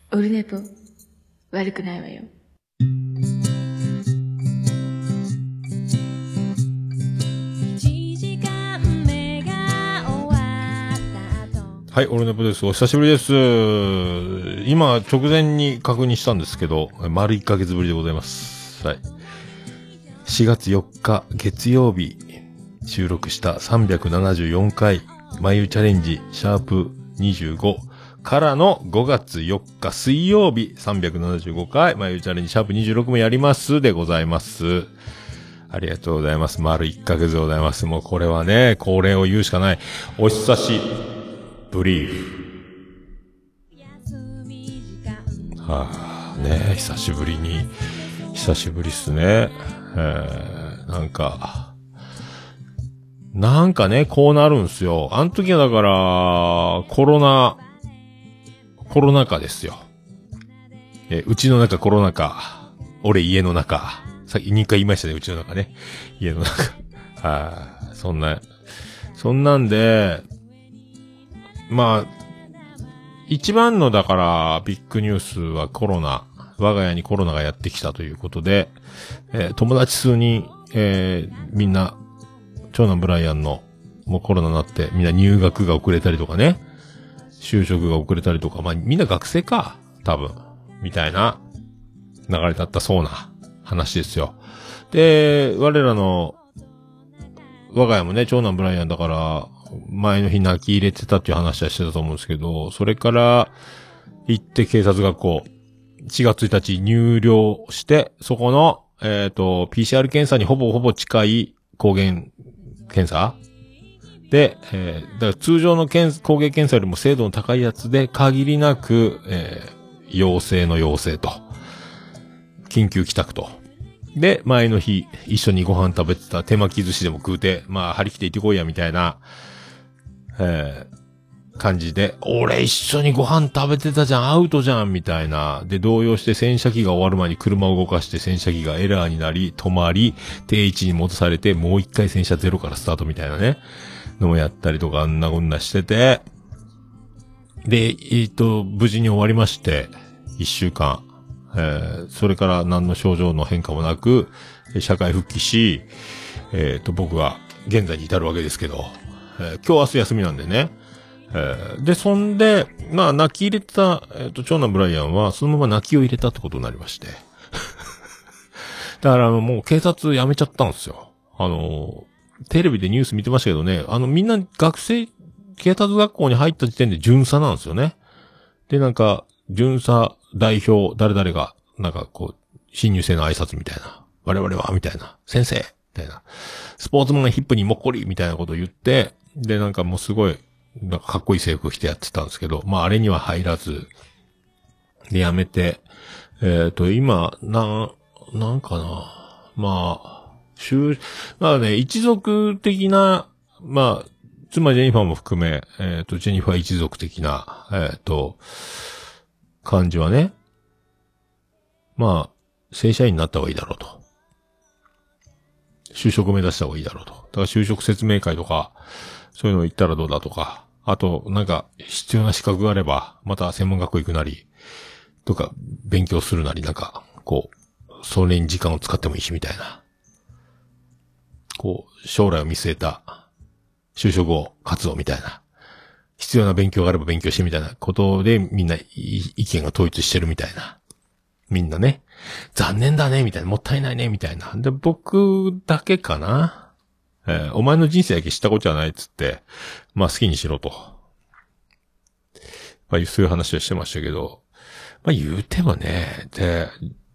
オルネポ、悪くないわよ。 はい、オルネポです。お久しぶりです。今、直前に確認したんですけど、丸1ヶ月ぶりでございます。はい。4月4日、月曜日、収録した374回、眉チャレンジ、シャープ25からの5月4日水曜日、375回、眉チャレンジ、シャープ26もやりますでございます。ありがとうございます。丸1ヶ月でございます。もうこれはね、恒例を言うしかない。お久しブリーフ。はあ、ね、久しぶりっすね。なんかね、こうなるんすよ。あの時はだから、コロナ禍ですよ。うちの中コロナ禍。俺家の中。さっき2回言いましたね、うちの中ね。家の中。そんなんで、まあ、一番のだからビッグニュースはコロナ。我が家にコロナがやってきたということで、友達数人、みんな、長男ブライアンのもうコロナになってみんな入学が遅れたりとかね、就職が遅れたりとか、まあみんな学生か、多分、みたいな流れだったそうな話ですよ。で、我が家もね、長男ブライアンだから、前の日泣き入れてたっていう話はしてたと思うんですけど、それから行って警察学校、4月1日入寮して、そこの、PCR 検査にほぼ近い抗原検査で、だから通常の抗原検査よりも精度の高いやつで限りなく、陽性の陽性と。緊急帰宅と。で、前の日、一緒にご飯食べてた手巻き寿司でも食うて、まあ、張り切って行ってこいや、みたいな、感じで、俺一緒にご飯食べてたじゃん、アウトじゃん、みたいな。で、動揺して洗車機が終わる前に車を動かして洗車機がエラーになり、止まり、定位置に戻されて、もう一回洗車ゼロからスタートみたいなね、のをやったりとか、あんなこんなしてて、で、無事に終わりまして、一週間、それから何の症状の変化もなく、社会復帰し、僕は現在に至るわけですけど、今日明日休みなんでね、で、そんで、まあ、泣き入れた、長男ブライアンは、そのまま泣きを入れたってことになりまして。だからもう警察辞めちゃったんですよ。テレビでニュース見てましたけどね、みんな警察学校に入った時点で巡査なんですよね。で、なんか、巡査代表、誰々が、なんかこう、新入生の挨拶みたいな。我々は、みたいな。先生みたいな。スポーツマンヒップにもっこりみたいなことを言って、で、なんかもうすごい、なんかかっこいい制服着てやってたんですけど、まああれには入らず、で、やめて、今、なんかな、まあね、一族的な、まあ、妻ジェニファーも含め、ジェニファー一族的な、感じはね、まあ、正社員になった方がいいだろうと。就職を目指した方がいいだろうと。だから就職説明会とか、そういうの行ったらどうだとか、あと、なんか、必要な資格があれば、また専門学校行くなり、とか、勉強するなり、なんか、こう、それに時間を使ってもいいし、みたいな。こう、将来を見据えた、就職後活動みたいな。必要な勉強があれば勉強してみたいなことで、みんな意見が統一してるみたいな。みんなね、残念だね、みたいな、もったいないね、みたいな。で、僕だけかな。お前の人生だけ知ったことはないっつって、まあ好きにしろと。まあそういう話をしてましたけど、まあ言うてもね、で、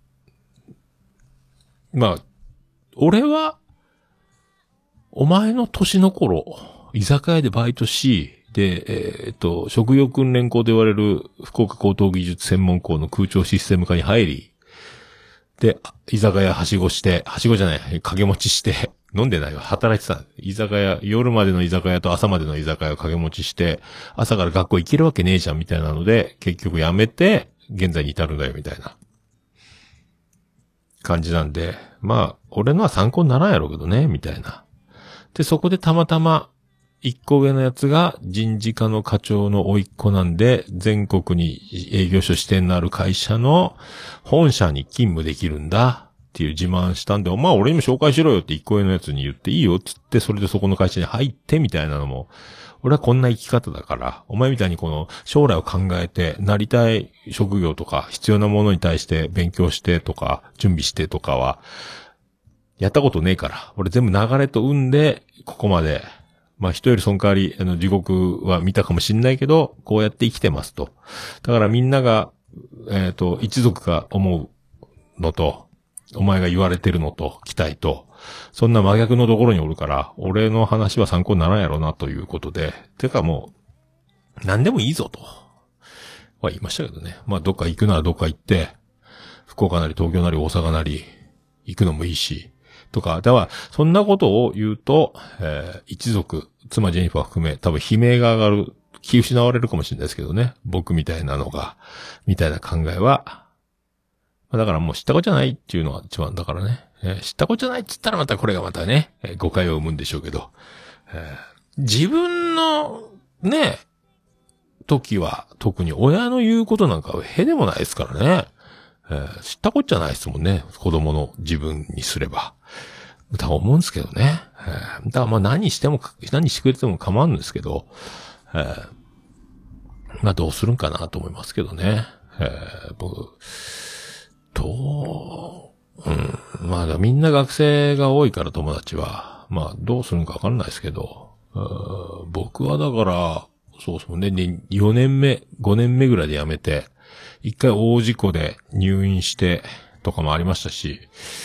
まあ、俺は、お前の年の頃、居酒屋でバイトし、で、職業訓練校と言われる福岡高等技術専門校の空調システム科に入り、で、居酒屋掛け持ちして、飲んでないわ、働いてた。居酒屋、夜までの居酒屋と朝までの居酒屋を掛け持ちして、朝から学校行けるわけねえじゃん、みたいなので、結局辞めて、現在に至るんだよ、みたいな感じなんで、まあ、俺のは参考にならんやろうけどね、みたいな。で、そこでたまたま、 一個上のやつが人事課の課長の甥っ子なんで、全国に営業所支店のある会社の本社に勤務できるんだっていう自慢したんで、まあ俺にも紹介しろよって一個上のやつに言っていいよっつって、それでそこの会社に入ってみたいなのも、俺はこんな生き方だから、お前みたいにこの将来を考えて、なりたい職業とか必要なものに対して勉強してとか、準備してとかは、やったことねえから、俺全部流れと運で、ここまで、まあ人よりその代わり、地獄は見たかもしんないけど、こうやって生きてますと。だからみんなが、一族が思うのと、お前が言われてるのと、期待と、そんな真逆のところにおるから、俺の話は参考にならんやろなということで、てかもう、何でもいいぞと、は言いましたけどね。まあどっか行くならどっか行って、福岡なり東京なり大阪なり、行くのもいいし、とか、だから、そんなことを言うと、一族、妻ジェニファー含め、多分悲鳴が上がる、気失われるかもしれないですけどね。僕みたいなのが、みたいな考えは、だからもう知ったことじゃないっていうのが一番だからね。知ったことじゃないって言ったらまたこれがまたね、誤解を生むんでしょうけど、自分の、ね、時は特に親の言うことなんかへでもないですからね。知ったことじゃないですもんね。子供の自分にすれば。だと思うんですけどね。だからまあ何してくれても構わんですけど、まあどうするんかなと思いますけどね。まあみんな学生が多いから友達は、まあどうするんかわかんないですけど、僕はだから、そうですもんね、4年目、5年目ぐらいで辞めて、一回大事故で入院してとかもありましたし、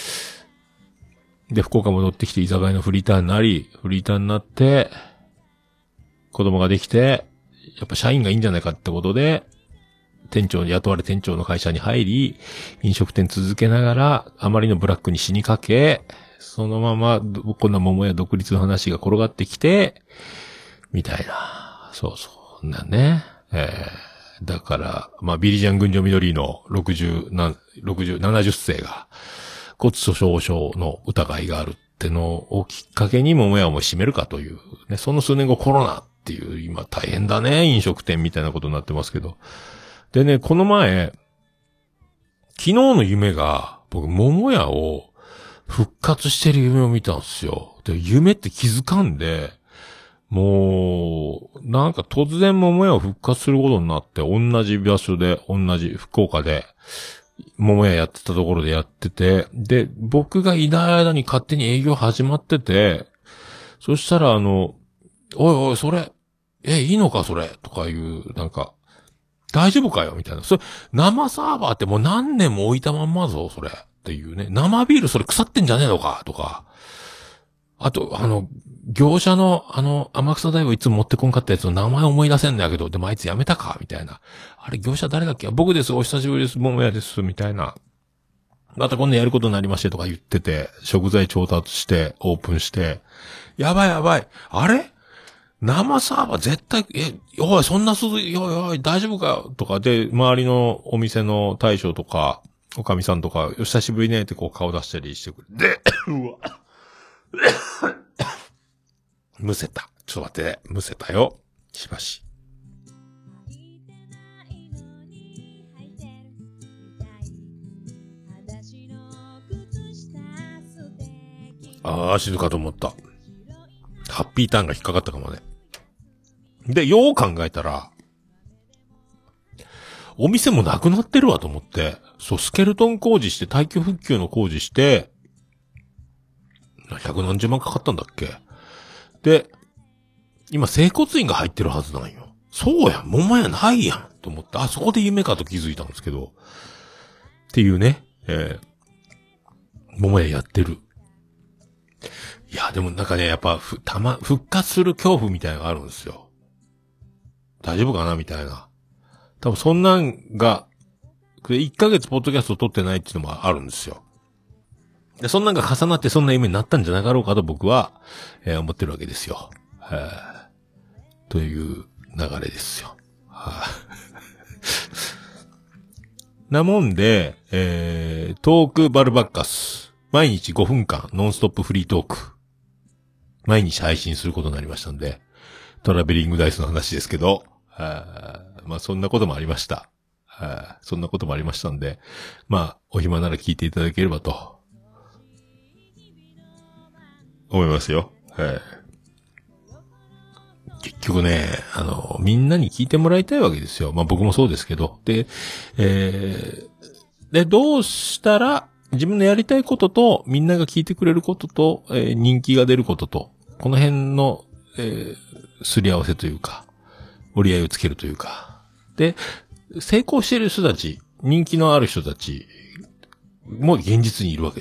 で、福岡戻ってきて居酒屋のフリーターになって、子供ができて、やっぱ社員がいいんじゃないかってことで、雇われ店長の会社に入り、飲食店続けながら、あまりのブラックに死にかけ、そのまま、こんな桃屋独立の話が転がってきて、みたいな。そうなんね。だから、まあ、ビリジャン群青緑の70世が、骨粗鬆症の疑いがあるってのをきっかけに桃屋を閉めるかという、ね、その数年後コロナっていう、今大変だね、飲食店みたいなことになってますけど。でね、この前、昨日の夢が、僕、桃屋を復活してる夢を見たんですよ。で、夢って気づかんで、もう、なんか突然桃屋を復活することになって、同じ場所で、同じ福岡で、桃屋やってたところでやってて、で、僕がいない間に勝手に営業始まってて、そしたらおい、それ、いいのかそれとかいう、なんか、大丈夫かよみたいな。それ、生サーバーってもう何年も置いたまんまぞ、それ。っていうね。生ビールそれ腐ってんじゃねえのかとか。あと、業者の、天草大をいつも持ってこんかったやつの名前思い出せんだけど、でもあいつ辞めたかみたいな。あれ、業者誰だっけ僕です、お久しぶりです、桃屋です、みたいな。また今度やることになりましてとか言ってて、食材調達して、オープンして、やばい。あれ生サーバー絶対、おい、そんなおい、大丈夫かよとかで、周りのお店の大将とか、おかみさんとか、久しぶりねってこう顔出したりしてくる。で、うわ。むせた。ちょっと待って、むせたよ。しばし。静かと思った。ハッピーターンが引っかかったかもね。で、よう考えたら、お店もなくなってるわと思って、スケルトン工事して、耐久復旧の工事して、100何十万かかったんだっけで、今、整骨院が入ってるはずなんよ。そうやん、桃屋ないやんと思って、そこで夢かと気づいたんですけど、っていうね、桃屋やってる。いや、でもなんかね、やっぱ、復活する恐怖みたいなのがあるんですよ。大丈夫かなみたいな。多分そんなんが、1ヶ月ポッドキャスト撮ってないっていうのもあるんですよ。で、そんなんが重なってそんな夢になったんじゃなかろうかと僕は、思ってるわけですよ。という流れですよ。なもんで、トークバルバッカス。毎日5分間ノンストップフリートーク。毎日配信することになりましたんで、 トラベリングダイスの話ですけど、まあそんなこともありました。そんなこともありましたんで、まあお暇なら聞いていただければと思いますよ。結局ね、みんなに聞いてもらいたいわけですよ。まあ僕もそうですけど。で、どうしたら自分のやりたいことと、みんなが聞いてくれることと、人気が出ることと、この辺の、すり合わせというか、折り合いをつけるというか。で、成功している人たち、人気のある人たちも現実にいるわけです。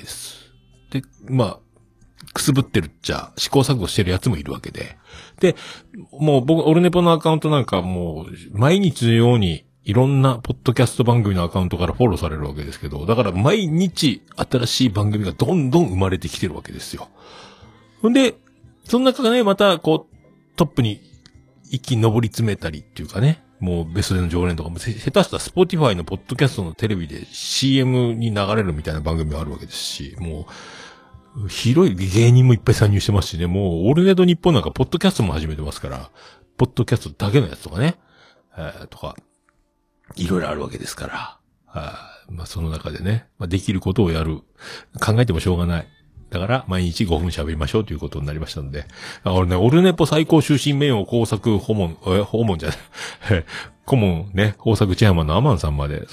で、まあ、くすぶってるっちゃ、試行錯誤してるやつもいるわけで。で、もう僕、オルネポのアカウントなんかもう、毎日のように、いろんなポッドキャスト番組のアカウントからフォローされるわけですけど、だから毎日新しい番組がどんどん生まれてきてるわけですよ。ほんで、その中がね、またこう、トップに一気に上り詰めたりっていうかね、もうベストでの常連とかも、下手したらスポーティファイのポッドキャストのテレビで CM に流れるみたいな番組があるわけですし、もう、広い芸人もいっぱい参入してますしね、もう、オールナイト日本なんかポッドキャストも始めてますから、ポッドキャストだけのやつとかね、とか、いろいろあるわけですから、まあその中でね、まあできることをやる。考えてもしょうがない。だから、毎日5分喋りましょうということになりましたので。俺ね、オルネポ最高終身名誉工作顧問じゃない。顧問ね、工作チェアマンのアマンさんまで、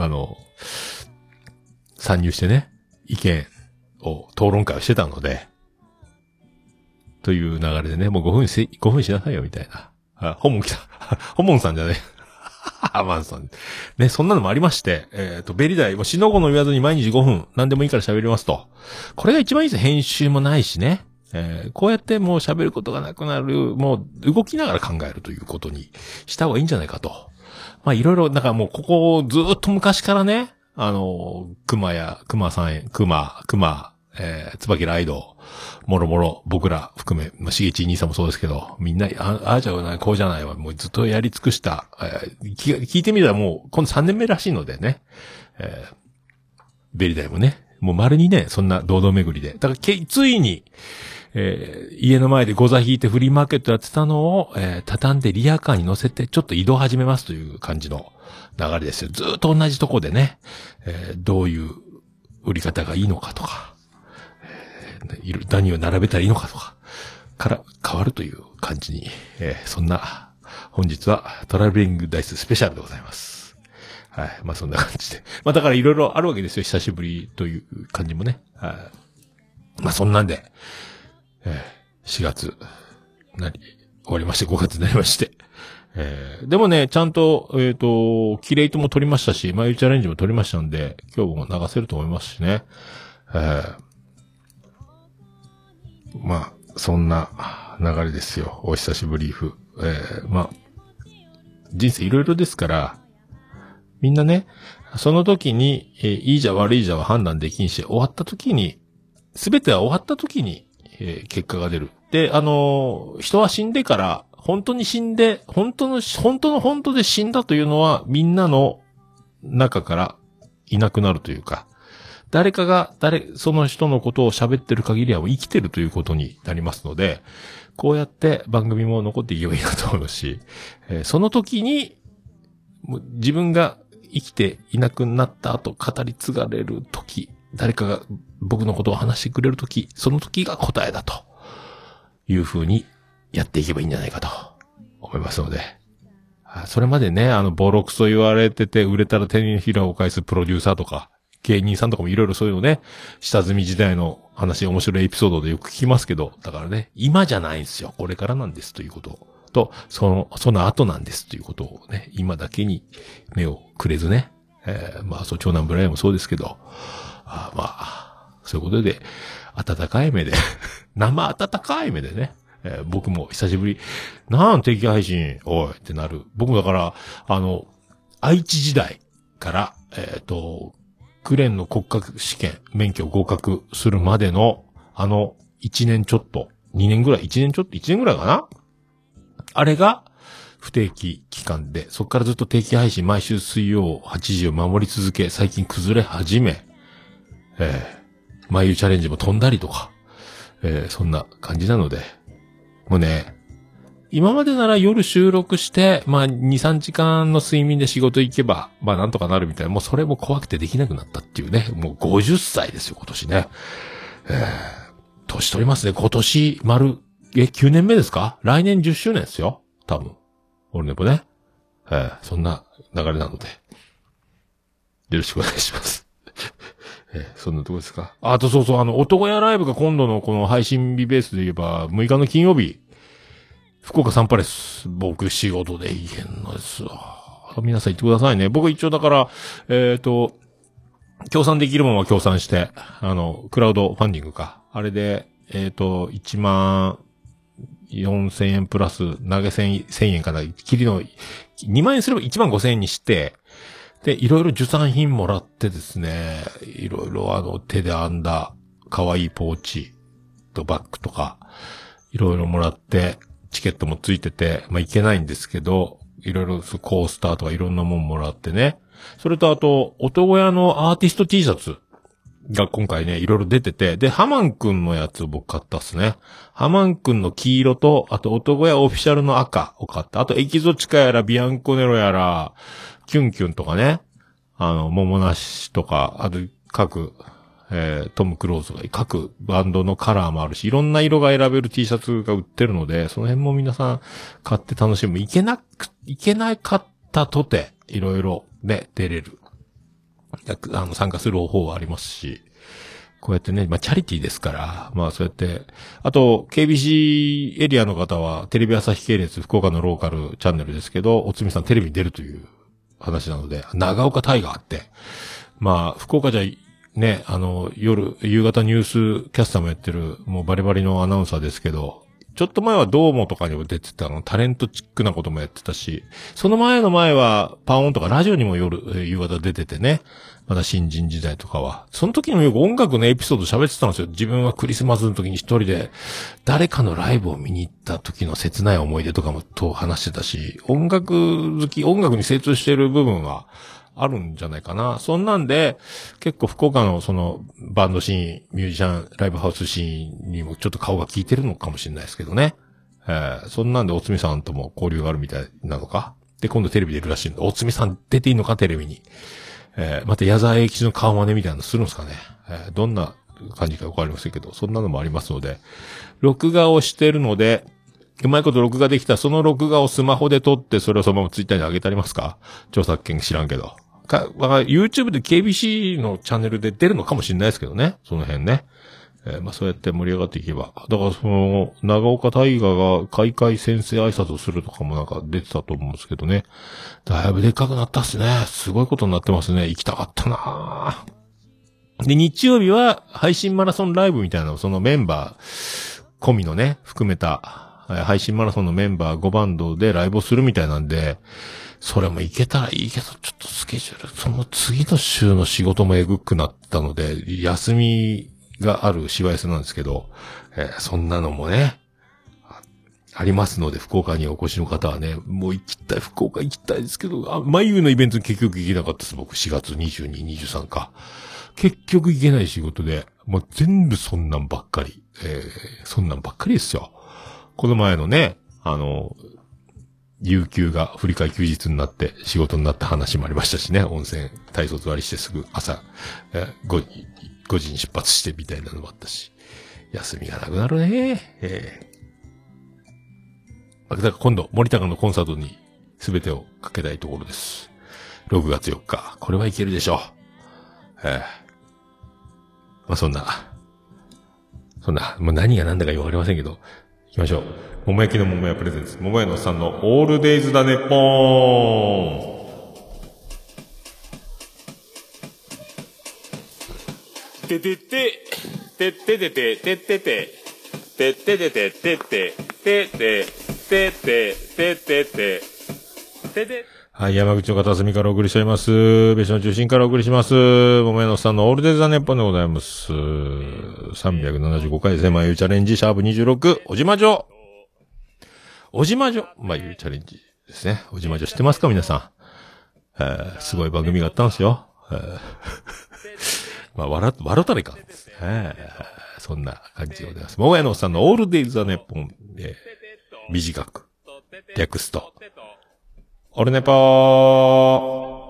参入してね、意見を討論会をしてたので、という流れでね、もう5分しなさいよ、みたいな。顧問来た。顧問さんじゃない。アマンさん。ね、そんなのもありまして、ベリダイ、もう死の子の言わずに毎日5分、何でもいいから喋りますと。これが一番いいです。編集もないしね。こうやってもう喋ることがなくなる、もう動きながら考えるということにした方がいいんじゃないかと。まあいろいろ、だからもうここずっと昔からね、椿ライド、もろもろ、僕ら含め、まあ、しげち兄さんもそうですけど、みんな、ああじゃない、こうじゃないわ、もうずっとやり尽くした、聞いてみたらもう、今度3年目らしいのでね、ベリダイもね、もう丸にね、そんな堂々巡りで。だからついに、家の前でゴザ引いてフリーマーケットやってたのを、畳んでリアカーに乗せて、ちょっと移動始めますという感じの流れですよ。ずーっと同じとこでね、どういう売り方がいいのかとか、何を並べたらいいのかとか、から変わるという感じに、そんな、本日はトラベリングダイススペシャルでございます。はい。まあそんな感じで。まあだからいろいろあるわけですよ。久しぶりという感じもね。はい。まあそんなんで、4月、終わりまして、5月になりまして。でもね、ちゃんと、キレイトも撮りましたし、マユチャレンジも撮りましたんで、今日も流せると思いますしね。まあ、そんな流れですよ。お久しぶりふ。まあ、人生いろいろですから、みんなね、その時に、いいじゃ悪いじゃは判断できんし、終わった時に、すべては終わった時に、結果が出る。で、人は死んでから、本当に死んで、本当で死んだというのは、みんなの中からいなくなるというか、誰かが、その人のことを喋ってる限りは生きてるということになりますので、こうやって番組も残っていけばいいなと思うし、その時に、自分が生きていなくなった後語り継がれる時、誰かが僕のことを話してくれる時、その時が答えだという風にやっていけばいいんじゃないかと思いますので、それまでね、ボロクソ言われてて売れたら手にひらを返すプロデューサーとか、芸人さんとかもいろいろそういうのね、下積み時代の話、面白いエピソードでよく聞きますけど、だからね、今じゃないんですよ。これからなんですということと、その後なんですということをね、今だけに目をくれずね、まあ、長男ブライアンもそうですけど、まあ、そういうことで、温かい目で、生温かい目でね、僕も久しぶり、定期配信、おいってなる。僕だから、愛知時代から、クレーンの国家試験、免許合格するまでの、1年ちょっと、2年ぐらい、1年ぐらいかな？あれが、不定期期間で、そこからずっと定期配信、毎週水曜8時を守り続け、最近崩れ始め、眉チャレンジも飛んだりとか、そんな感じなので、もうね、 今までなら夜収録して、まあ、2、3時間の睡眠で仕事行けば、まあ、なんとかなるみたいな、もうそれも怖くてできなくなったっていうね。もう50歳ですよ、今年ね。年取りますね。今年、9年目ですか？来年10周年ですよ。多分。俺ねもね。そんな流れなので。よろしくお願いします。そんなとこですか。あとそうそう、男屋ライブが今度のこの配信日ベースで言えば、6日の金曜日、福岡サンパレス。僕仕事で行けんのですわ。皆さん行ってくださいね。僕一応だから、協賛できるものは協賛して、クラウドファンディングか。あれで、1万4000円プラス、投げ1000円かな。切りの、2万円すれば1万5000円にして、で、いろいろ受産品もらってですね、いろいろ手で編んだ、可愛いポーチとバッグとか、いろいろもらって、チケットもついてて、まあ、いけないんですけど、いろいろコースターとかいろんなもんもらってね。それとあと、音小屋のアーティスト T シャツが今回ね、いろいろ出てて、で、ハマンくんのやつを僕買ったっすね。ハマンくんの黄色と、あと音小屋オフィシャルの赤を買った。あとエキゾチカやらビアンコネロやら、キュンキュンとかね、桃梨とか、あと各、トム・クローズが各バンドのカラーもあるし、いろんな色が選べる T シャツが売ってるので、その辺も皆さん買って楽しむ。いけなかったとて、いろいろね、出れる。参加する方法はありますし、こうやってね、まあ、チャリティーですから、まあ、そうやって、あと、KBC エリアの方は、テレビ朝日系列福岡のローカルチャンネルですけど、おつみさんテレビに出るという話なので、長岡タイガーって、まあ、福岡じゃ、ね、夕方ニュースキャスターもやってる、もうバリバリのアナウンサーですけど、ちょっと前はドーモとかにも出てたタレントチックなこともやってたし、その前はパオンとかラジオにも夕方出ててね、まだ新人時代とかは。その時にもよく音楽のエピソード喋ってたんですよ。自分はクリスマスの時に一人で誰かのライブを見に行った時の切ない思い出とかもと話してたし、音楽に精通している部分はあるんじゃないかな。そんなんで、結構福岡のそのバンドシーン、ミュージシャン、ライブハウスシーンにもちょっと顔が効いてるのかもしれないですけどね。そんなんでおつみさんとも交流があるみたいなのか。で、今度テレビ出るらしいんで、おつみさん出ていいのかテレビに。また矢沢永吉の顔真似みたいなのするんですかね。どんな感じかわかりませんけど、そんなのもありますので、録画をしてるので、うまいこと録画できたら、その録画をスマホで撮って、それをそのままツイッターに上げてありますか？著作権知らんけど。YouTube で KBC のチャンネルで出るのかもしれないですけどね。その辺ね。まあそうやって盛り上がっていけば。だからその、長岡大河が開会宣誓挨拶をするとかもなんか出てたと思うんですけどね。だいぶでっかくなったっすね。すごいことになってますね。行きたかったなぁ。で、日曜日は配信マラソンライブみたいなのをそのメンバー込みのね、含めた配信マラソンのメンバー5バンドでライブをするみたいなんで、それも行けたらいいけど、ちょっとスケジュール、その次の週の仕事もえぐくなったので、休みがある芝居室なんですけど、そんなのもね、ありますので、福岡にお越しの方はね、もう福岡行きたいですけど、眉のイベントに結局行けなかったです、僕。4月22、23か。結局行けない仕事で、もう全部そんなんばっかり。そんなんばっかりですよ。この前のね、有給が振り替え休日になって仕事になった話もありましたしね。温泉体操座りしてすぐ朝、5時に出発してみたいなのもあったし。休みがなくなるね。だから今度、森高のコンサートに全てをかけたいところです。6月4日。これはいけるでしょう。まあそんな、もう何が何だかよくわかりませんけど、行きましょう。桃焼きの桃屋プレゼンツ。桃屋のおっさんのオールデイズだねぽーん。ててて、てててて、ててて、てててて、ててて、ててて、ててて、てて。はい、山口の片隅からお送りしております。別所の中心からお送りします。桃屋のおっさんのオールデイズだねぽんでございます。375回狭いチャレンジ、シャープ26、おじまじょ。おじまじょ。まあ、いうチャレンジですね。おじまじょ知ってますか皆さん。すごい番組があったんですよ。まあ、笑ったらいかんです。そんな感じでございます。桃屋のおっさんのオールデイズ・ザ・ネッポン、短く略すと。オルネポー。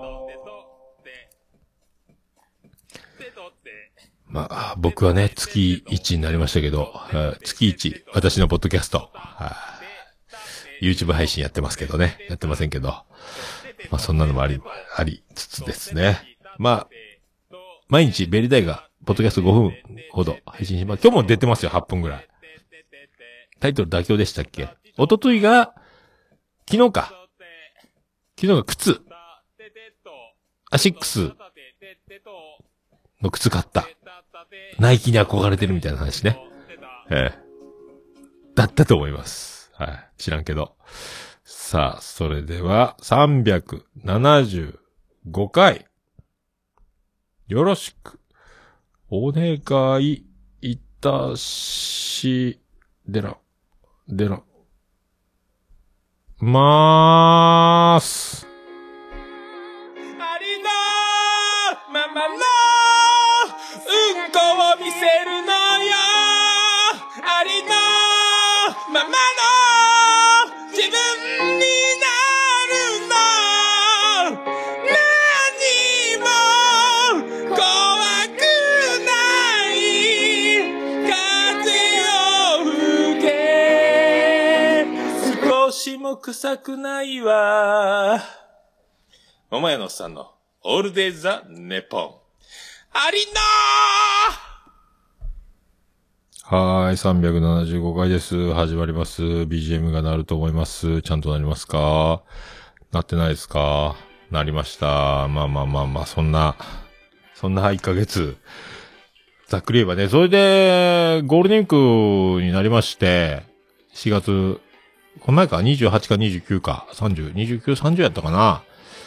まあ、僕はね、月1になりましたけど、月1、私のポッドキャスト、YouTube 配信やってますけどね。やってませんけど。まあ、そんなのもありつつですね。まあ、毎日ベリダイが、ポッドキャスト5分ほど配信します。今日も出てますよ、8分ぐらい。タイトル妥協でしたっけ？一昨日が、昨日が靴。アシックスの靴買った。ナイキに憧れてるみたいな話ね。だったと思います。はい。知らんけど。さあ、それでは、375回。よろしく、お願いいたし、まーす。 ありのままのうんこを見せるのよ。ありのままの自分になるの。何も怖くない風を吹け。少しも臭くないわ。桃屋のおっさんのオールデイズ・ザ・ネポン。ありなはーい、375回です。始まります。BGM が鳴ると思います。ちゃんと鳴りますか？鳴ってないですか？鳴りました。まあ、そんな1ヶ月。ざっくり言えばね、それで、ゴールデンウィークになりまして、4月、この前か、28か29か、30、29、30やったかな。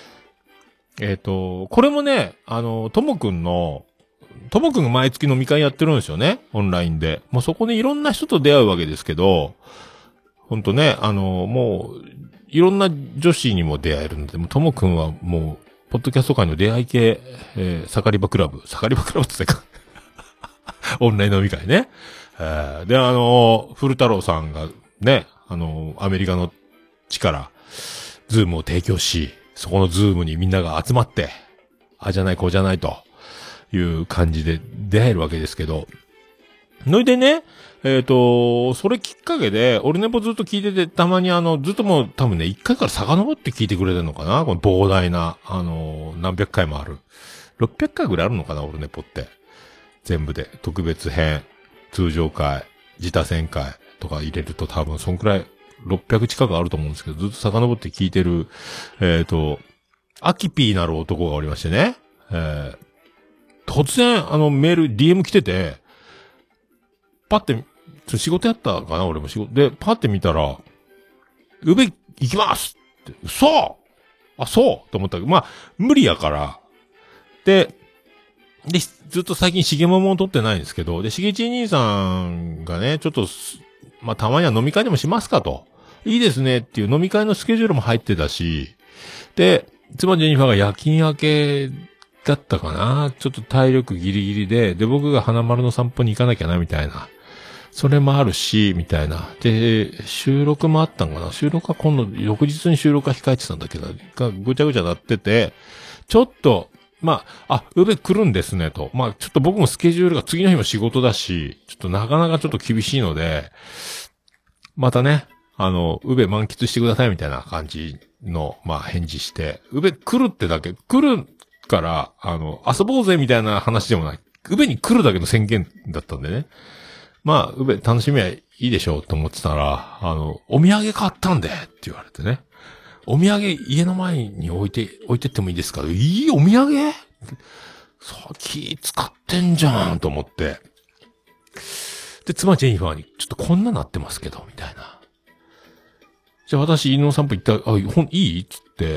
これもね、ともくんが毎月飲み会やってるんですよね。オンラインで。もうそこでいろんな人と出会うわけですけど、ほんとね、もう、いろんな女子にも出会えるので、もうともくんはもう、ポッドキャスト界の出会い系、サカリバクラブって言ってか、オンライン飲み会ね。で、古太郎さんがね、アメリカの地から、ズームを提供し、そこのズームにみんなが集まって、あじゃないこうじゃないという感じで出会えるわけですけど。のいでね、それきっかけで、俺ねずっと聞いてて、たまにずっともう多分ね、1回から遡って聞いてくれてるのかな？この膨大な、何百回もある。600回ぐらいあるのかな？俺ねって。全部で。特別編、通常回、自他旋回とか入れると多分そんくらい、600近くあると思うんですけど、ずっと遡って聞いてる、アキピーなる男がおりましてね、突然、メール、DM 来てて、パって仕事やったかな俺も仕事。で、パって見たら、宇部行きますって、嘘あ、そうと思ったけど、まあ、無理やから。で、ずっと最近しげももを撮ってないんですけど、で、しげち兄さんがね、ちょっと、まあ、たまには飲み会でもしますかと。いいですねっていう飲み会のスケジュールも入ってたし、で、妻ジェニファーが夜勤明けだったかな、ちょっと体力ギリギリで、で、僕が花丸の散歩に行かなきゃな、みたいな。それもあるし、みたいな。で、収録もあったんかな、収録は今度、翌日に収録が控えてたんだけど、がぐちゃぐちゃなってて、ちょっと、まあ、宇部来るんですね、と。まあ、ちょっと僕もスケジュールが次の日も仕事だし、ちょっとなかなかちょっと厳しいので、またね、宇部満喫してくださいみたいな感じの、まあ返事して、宇部来るってだけ、来るから、遊ぼうぜみたいな話でもない。宇部に来るだけの宣言だったんでね。まあ、宇部楽しみはいいでしょうと思ってたら、お土産買ったんでって言われてね。お土産家の前に置いてってもいいですか？いいお土産？さあ、気使ってんじゃんと思って。で、妻ジェニファーに、ちょっとこんななってますけど、みたいな。じゃあ私、犬の散歩行った、いいっつって、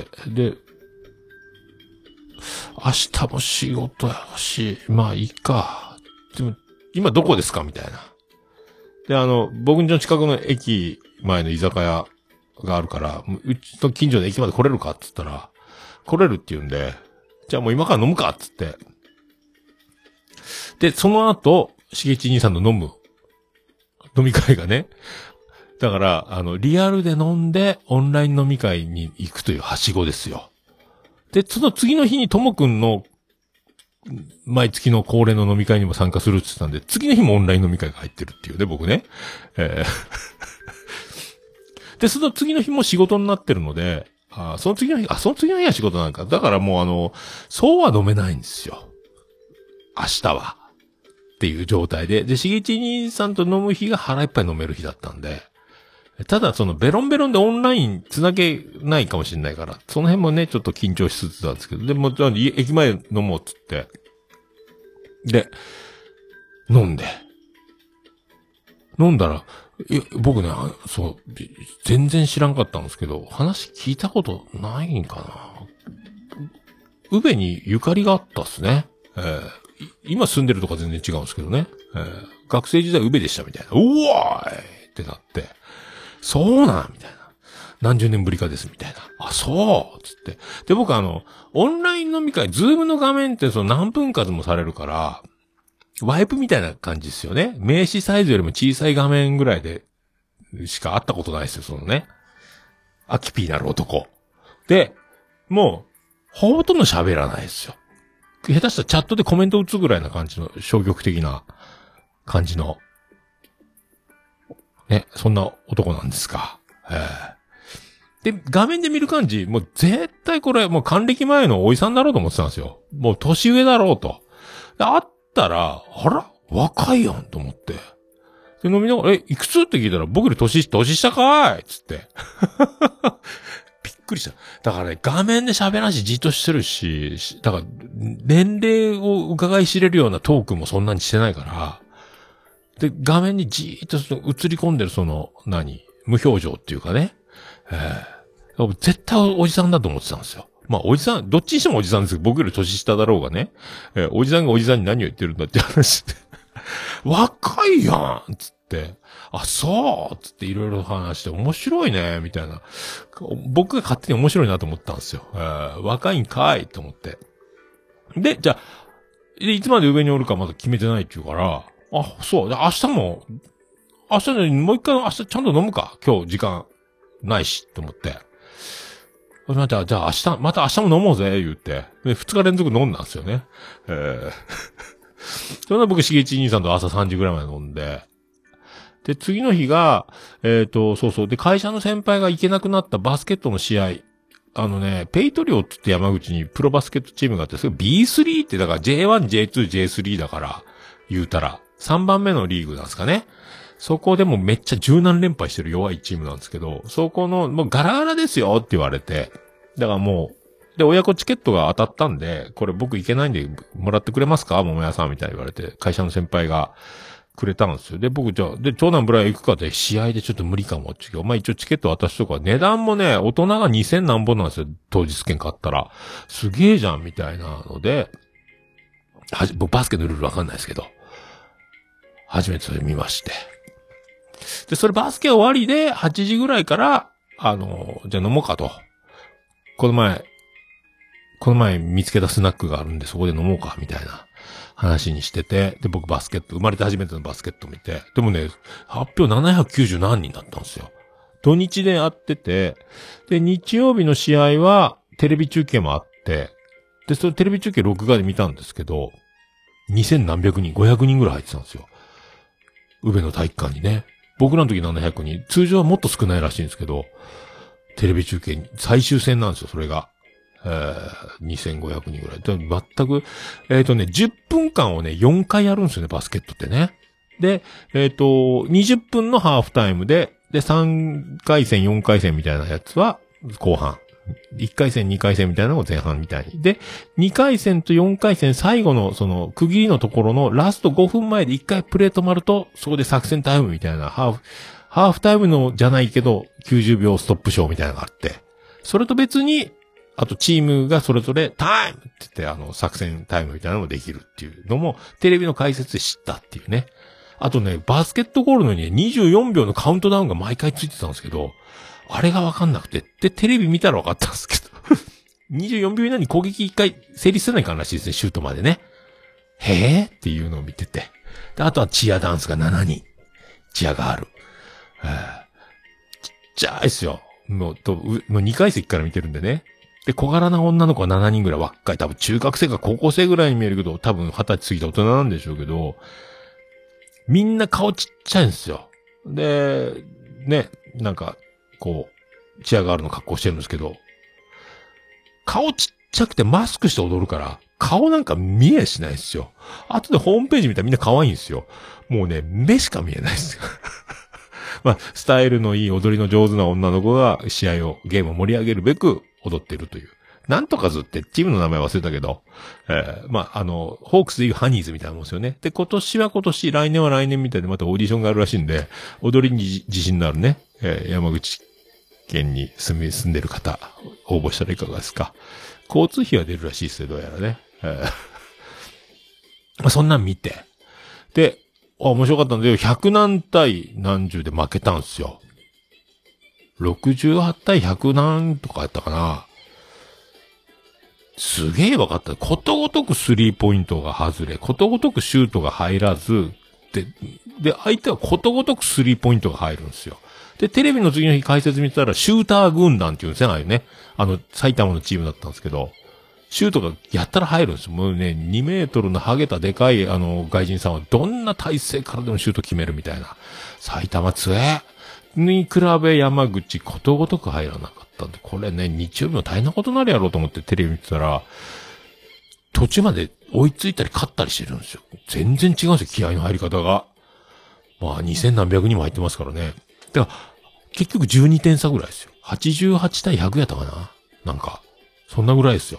で、明日も仕事やし、まあいいか。でも、今どこですかみたいな。で、僕の近くの駅前の居酒屋があるから、うちの近所の駅まで来れるかっつったら、来れるって言うんで、じゃあもう今から飲むかっつって。で、その後、しげち兄さんの飲み会がね、 だから、リアルで飲んで、オンライン飲み会に行くというはしごですよ。で、その次の日にともくんの、毎月の恒例の飲み会にも参加するって言ってたんで、次の日もオンライン飲み会が入ってるっていうね、僕ね。で、その次の日も仕事になってるので、その次の日は仕事なんか。だからもうそうは飲めないんですよ。明日は。っていう状態で。で、しげち兄さんと飲む日が腹いっぱい飲める日だったんで。ただ、ベロンベロンでオンラインつなげないかもしれないから、その辺もね、ちょっと緊張しつつなんですけど、でも、駅前飲もうっつって。で、飲んだら、僕ね、全然知らんかったんですけど、話聞いたことないんかな。宇部にゆかりがあったっすね。今住んでるとか全然違うんですけどね。学生時代宇部でしたみたいな。うわーいってなって、そうなんみたいな。何十年ぶりかですみたいな。そうつって。で、僕オンライン飲み会、ズームの画面って何分割もされるから、ワイプみたいな感じですよね。名刺サイズよりも小さい画面ぐらいでしか会ったことないですよ、アキピーなる男。で、もう、ほとんど喋らないですよ。下手したらチャットでコメント打つぐらいな感じの消極的な感じの、ね、そんな男なんですか。で、画面で見る感じ、もう絶対これ、もう還暦前のおじさんだろうと思ってたんですよ。もう年上だろうと。で、会ったら、あら若いやんと思って。で、飲みながら、いくつって聞いたら、僕より年下かーいつって。びっくりした。だからね、画面で喋らんし、じっとしてるし、だから、年齢を伺い知れるようなトークもそんなにしてないから、で、画面にじーっと映り込んでる無表情っていうかね。絶対おじさんだと思ってたんですよ。まあ、おじさん、どっちにしてもおじさんですけど、僕より年下だろうがね。おじさんがおじさんに何を言ってるんだって話で。若いやんつって。そうつっていろいろ話して面白いねみたいな。僕が勝手に面白いなと思ったんですよ。若いんかいと思って。で、じゃあ、いつまで上におるかまだ決めてないって言うから、そう。で、明日もう一回明日ちゃんと飲むか今日時間ないし、と思って。じゃあまた明日も飲もうぜ、言って。で、2日連続飲んだんですよね。それは僕、しげち兄さんと朝3時ぐらいまで飲んで。で、次の日が、そう。で、会社の先輩が行けなくなったバスケットの試合。ペイトリオって言って山口にプロバスケットチームがあって、それ B3 ってだから J1、J2、J3 だから、言うたら、3番目のリーグなんですかね。そこでもめっちゃ十何連敗してる弱いチームなんですけど、そこの、もうガラガラですよって言われて、だからもう、で、親子チケットが当たったんで、これ僕行けないんでもらってくれますか桃屋さんみたいに言われて、会社の先輩がくれたんですよ。で、僕長男ブライ行くかって試合でちょっと無理かもって。まあ一応チケット渡しとか、値段もね、大人が2000何本なんですよ。当日券買ったら。すげえじゃんみたいなので、僕バスケのルールわかんないですけど、初めてそれ見まして。で、それバスケ終わりで8時ぐらいから、じゃあ飲もうかと。この前見つけたスナックがあるんでそこで飲もうか、みたいな話にしてて、で、僕生まれて初めてのバスケット見て、でもね、発表790何人だったんですよ。土日で会ってて、で、日曜日の試合はテレビ中継もあって、で、そのテレビ中継録画で見たんですけど、2000何百人、500人ぐらい入ってたんですよ。宇部の体育館にね。僕らの時700人、通常はもっと少ないらしいんですけど、テレビ中継最終戦なんですよ、それが。2500人ぐらい。で全く、10分間をね、4回やるんですよね、バスケットってね。で、20分のハーフタイムで、3回戦、4回戦みたいなやつは後半。1回戦、2回戦みたいなのが前半みたいに。で、2回戦と4回戦最後の区切りのところのラスト5分前で1回プレー止まると、そこで作戦タイムみたいな、ハーフタイムのじゃないけど、90秒ストップショーみたいなのがあって、それと別に、あとチームがそれぞれタイムって言って作戦タイムみたいなのもできるっていうのも、テレビの解説で知ったっていうね。あとね、バスケットゴールのに24秒のカウントダウンが毎回ついてたんですけど、あれがわかんなくて、で、テレビ見たらわかったんですけど、24秒以内に攻撃1回成立せないかららしいですね、シュートまでね。へーっていうのを見てて。で、あとはチアダンスが7人。チアがある。 ちゃいっすよ。もう2階席から見てるんでね。で、小柄な女の子は7人ぐらい若い。多分中学生か高校生ぐらいに見えるけど、多分20歳過ぎた大人なんでしょうけど、みんな顔ちっちゃいんですよ。で、ね、なんか、こう、チアガールの格好してるんですけど、顔ちっちゃくてマスクして踊るから、顔なんか見えしないんですよ。後でホームページ見たらみんな可愛いんですよ。もうね、目しか見えないですよ。まあ、スタイルのいい踊りの上手な女の子が試合を、ゲームを盛り上げるべく踊ってるという。なんとかずってチームの名前忘れたけど、まあ、ホークスでいうハニーズみたいなもんですよね。で、今年は今年、来年は来年みたいでまたオーディションがあるらしいんで、踊りに自信のあるね、山口県に住んでる方、応募したらいかがですか。交通費は出るらしいですよ、どうやらね。まあ、そんなん見て。で、面白かったんだけど、100何対何十で負けたんですよ。68対100何とかやったかな。すげえ分かった。ことごとくスリーポイントが外れ、ことごとくシュートが入らず、で、相手はことごとくスリーポイントが入るんですよ。で、テレビの次の日解説見てたら、シューター軍団っていうんですよね。埼玉のチームだったんですけど、シュートがやったら入るんですよ。もうね、2メートルのハゲたでかい、外人さんはどんな体勢からでもシュート決めるみたいな。埼玉強えに比べ山口ことごとく入らなかったんで、これね、日曜日も大変なことになるやろうと思ってテレビ見てたら、途中まで追いついたり勝ったりしてるんですよ。全然違うんですよ、気合の入り方が。まあ、2000何百人も入ってますからね。だから、結局12点差ぐらいですよ。88対100やったかななんか、そんなぐらいですよ。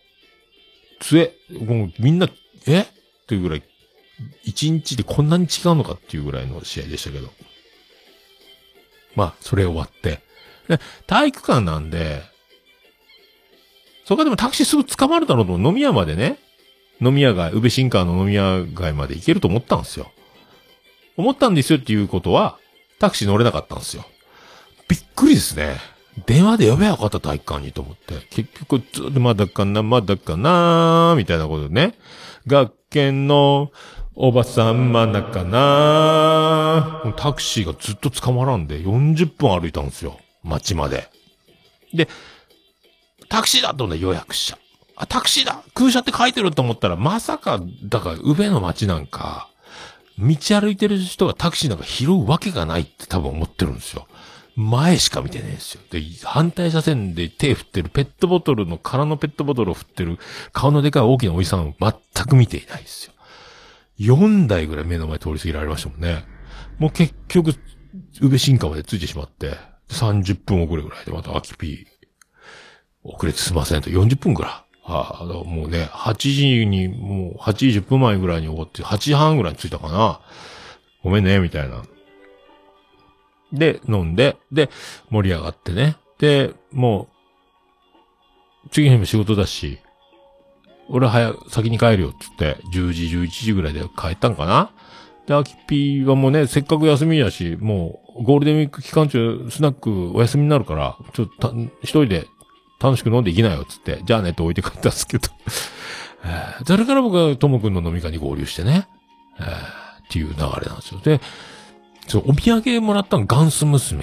もうみんな、っていうぐらい、1日でこんなに違うのかっていうぐらいの試合でしたけど。まあ、それ終わって。で、体育館なんで、そこでもタクシーすぐ捕まるだろうと、飲み屋までね、宇部新川の飲み屋街まで行けると思ったんですよ。思ったんですよっていうことは、タクシー乗れなかったんですよ。びっくりですね。電話で呼べばよかった体育館にと思って。結局、ずっとまだかな、みたいなことでね。学研のおばさんまだかな、タクシーがずっと捕まらんで40分歩いたんですよ。街まで。で、タクシーだと思って予約した。あ、タクシーだ空車って書いてると思ったら、まさか、だから、宇部の街なんか、道歩いてる人がタクシーなんか拾うわけがないって多分思ってるんですよ。前しか見てないんですよ。で、反対車線で手振ってる空のペットボトルを振ってる顔のでかい大きなおじさんを全く見ていないですよ。4台ぐらい目の前通り過ぎられましたもんね。もう結局、宇部新川まで着いてしまって、30分遅れぐらいでまた秋ピー遅れてすいませんと40分ぐらい。もうね、8時10分前ぐらいに終わって、8時半ぐらいに着いたかな。ごめんね、みたいな。で、飲んで、で、盛り上がってね。で、もう、次の日も仕事だし、俺先に帰るよ、つって、10時、11時ぐらいで帰ったんかな。で、アキピーはもうね、せっかく休みだし、もう、ゴールデンウィーク期間中、スナックお休みになるから、ちょっと一人で楽しく飲んでいきなよ、つって、じゃあねって置いて帰ったんですけど。それから僕はともくんの飲み会に合流してね。っていう流れなんですよ。で、お土産もらったのガンス娘。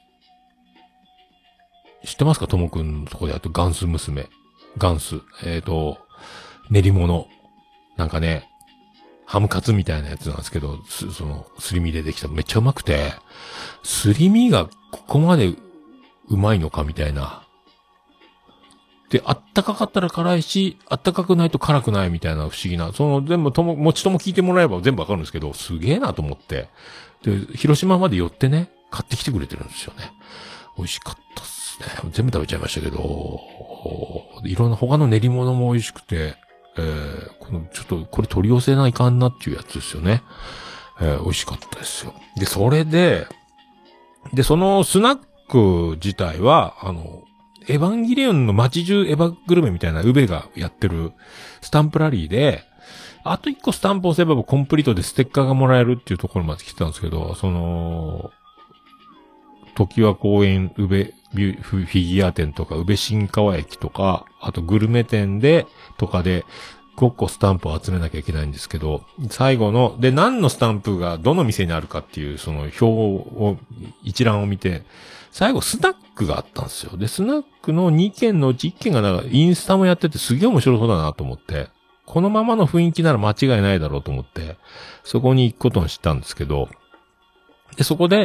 知ってますか？ともくんのとこでやってガンス娘。ガンス。練り物。なんかね、ハムカツみたいなやつなんですけど、すり身でできためっちゃうまくて、すり身がここまでうまいのかみたいな。で、あったかかったら辛いし、あったかくないと辛くないみたいな不思議な、全部餅とも聞いてもらえば全部わかるんですけど、すげえなと思って。で、広島まで寄ってね、買ってきてくれてるんですよね。美味しかったっすね。全部食べちゃいましたけど、いろんな他の練り物も美味しくて、ちょっとこれ取り寄せないかんなっていうやつですよね。美味しかったですよ。で、それで、そのスナック自体は、エヴァンゲリオンの街中エヴァグルメみたいな宇部がやってるスタンプラリーで、あと1個スタンプを押せばコンプリートでステッカーがもらえるっていうところまで来てたんですけど、時和公園宇部フィギュア店とか宇部新川駅とか、あとグルメ店とかで5個スタンプを集めなきゃいけないんですけど、最後の、何のスタンプがどの店にあるかっていうその表を、一覧を見て、 最後スナックがあったんですよ。で、スナックの2軒のうち1軒がなんかインスタもやっててすげえ面白そうだなと思って、このままの雰囲気なら間違いないだろうと思って、そこに行くことにしたんですけど、で、そこで、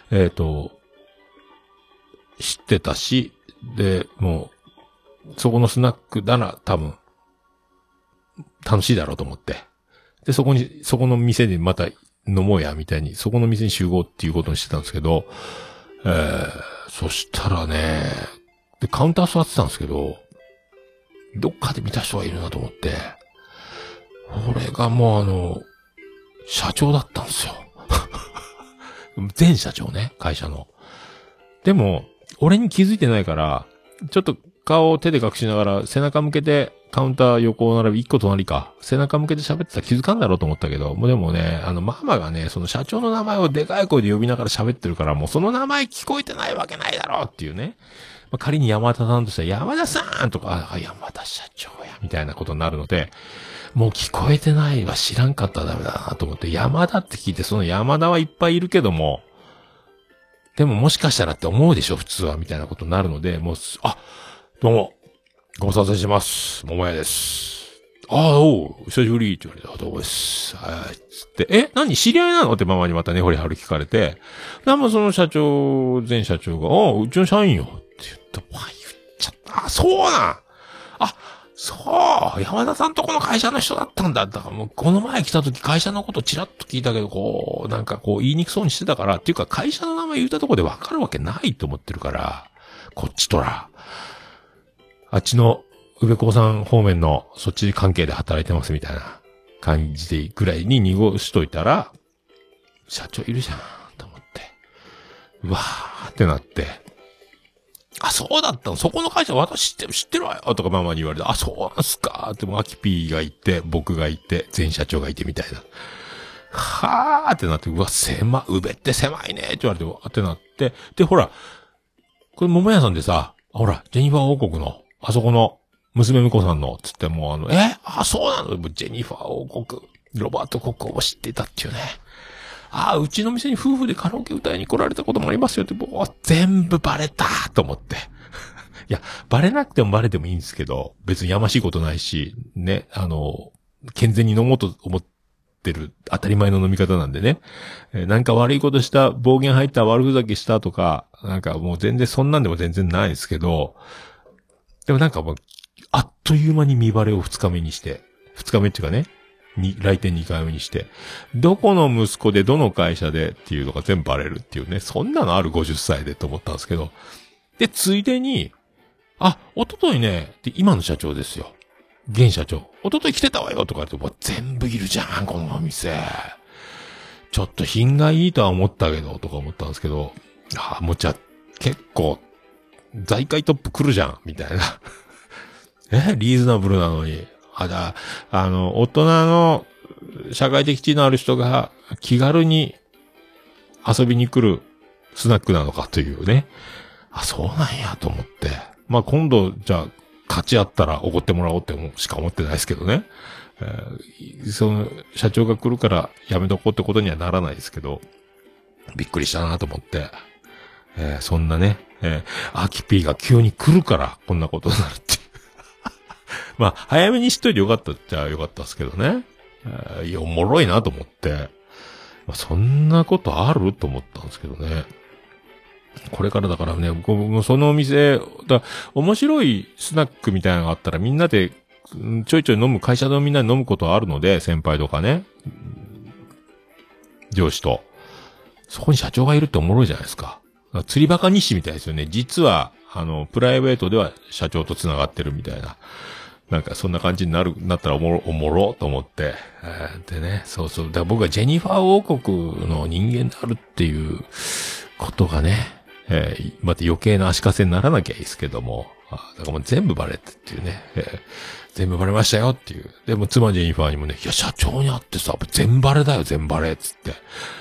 知ってたし、で、もう、そこのスナックなら多分、楽しいだろうと思って。で、そこの店でまた飲もうや、みたいに、そこの店に集合っていうことにしてたんですけど、そしたらね、で、カウンター座ってたんですけど、どっかで見た人がいるなと思って、俺がもう社長だったんですよ。前社長ね、会社の。でも、俺に気づいてないから、ちょっと顔を手で隠しながら背中向けてカウンター横並び一個隣か。背中向けて喋ってたら気づかんだろうと思ったけど、もうでもね、ママがね、その社長の名前をでかい声で呼びながら喋ってるから、もうその名前聞こえてないわけないだろうっていうね。まあ、仮に山田さんとしたら山田さんとか、山田社長や、みたいなことになるので、もう聞こえてないわ、知らんかったらダメだなと思って、山田って聞いて、その山田はいっぱいいるけども、でももしかしたらって思うでしょ、普通は、みたいなことになるので、もう、どうも、ご無沙汰してます。桃屋です。おう、久しぶりって言われて、どうもです。つって、何知り合いなのってママにまたね、掘り葉る聞かれて、でもその前社長が、うちの社員よ、って言った。言っちゃった。そうなんそう、山田さんとこの会社の人だったんだ。だからもうこの前来た時会社のことチラッと聞いたけど、なんか言いにくそうにしてたから、っていうか会社の名前言ったとこでわかるわけないと思ってるから、こっちとら。あっちの宇部興産方面のそっち関係で働いてますみたいな感じでぐらいに濁しといたら、社長いるじゃん、と思って。うわーってなって、そうだったの。そこの会社私知ってるわよとかママに言われて、そうなんすかって、もアキピーがいて、僕がいて、前社長がいてみたいな。はーってなって、うわ、宇部って狭いねって言われて、わーってなって、で、ほら、これ桃屋さんでさ、ほら、ジェニファー王国の、あそこの、娘婿さんの、つってもそうなのジェニファー王国、ロバート国王を知っていたっていうね。うちの店に夫婦でカラオケ歌いに来られたこともありますよって、全部バレたと思って。いや、バレなくてもバレてもいいんですけど、別にやましいことないし、ね、健全に飲もうと思ってる当たり前の飲み方なんでね。なんか悪いことした、暴言入った悪ふざけしたとか、なんかもう全然そんなんでも全然ないですけど、でもなんかもう、あっという間に見バレを2日目にして、2日目っていうかね、来店2回目にして、どこの息子でどの会社でっていうのが全部バレるっていうね、そんなのある50歳でと思ったんですけど。で、ついでに、一昨日ね、で、今の社長ですよ。現社長。一昨日来てたわよとか言って、全部いるじゃん、このお店。ちょっと品がいいとは思ったけど、とか思ったんですけど、もうじゃあ、結構、財界トップ来るじゃん、みたいな。リーズナブルなのに。大人の社会的地位のある人が気軽に遊びに来るスナックなのかというね。そうなんやと思って。まあ、今度、じゃあ、勝ち合ったら怒ってもらおうってしか思ってないですけどね。その、社長が来るからやめとこうってことにはならないですけど、びっくりしたなと思って。そんなね、アキピーが急に来るからこんなことになるっていう。まあ、早めに知っといてよかったっちゃよかったですけどね。いや、おもろいなと思って。まあ、そんなことあると思ったんですけどね。これからだからね、そのお店、面白いスナックみたいなのがあったらみんなで、ちょいちょい飲む、会社のみんなで飲むことはあるので、先輩とかね。上司と。そこに社長がいるっておもろいじゃないですか。釣りバカ日誌みたいですよね。実は、プライベートでは社長と繋がってるみたいな。なんかそんな感じになったらおもろと思って。でね、そう。だから僕はジェニファー王国の人間であるっていうことがね、また余計な足かせにならなきゃいいですけども。だからもう全部バレてっていうね、全部バレましたよっていう。でも妻ジェニファーにもね、いや社長に会ってさ、全バレだよ、全バレっつって。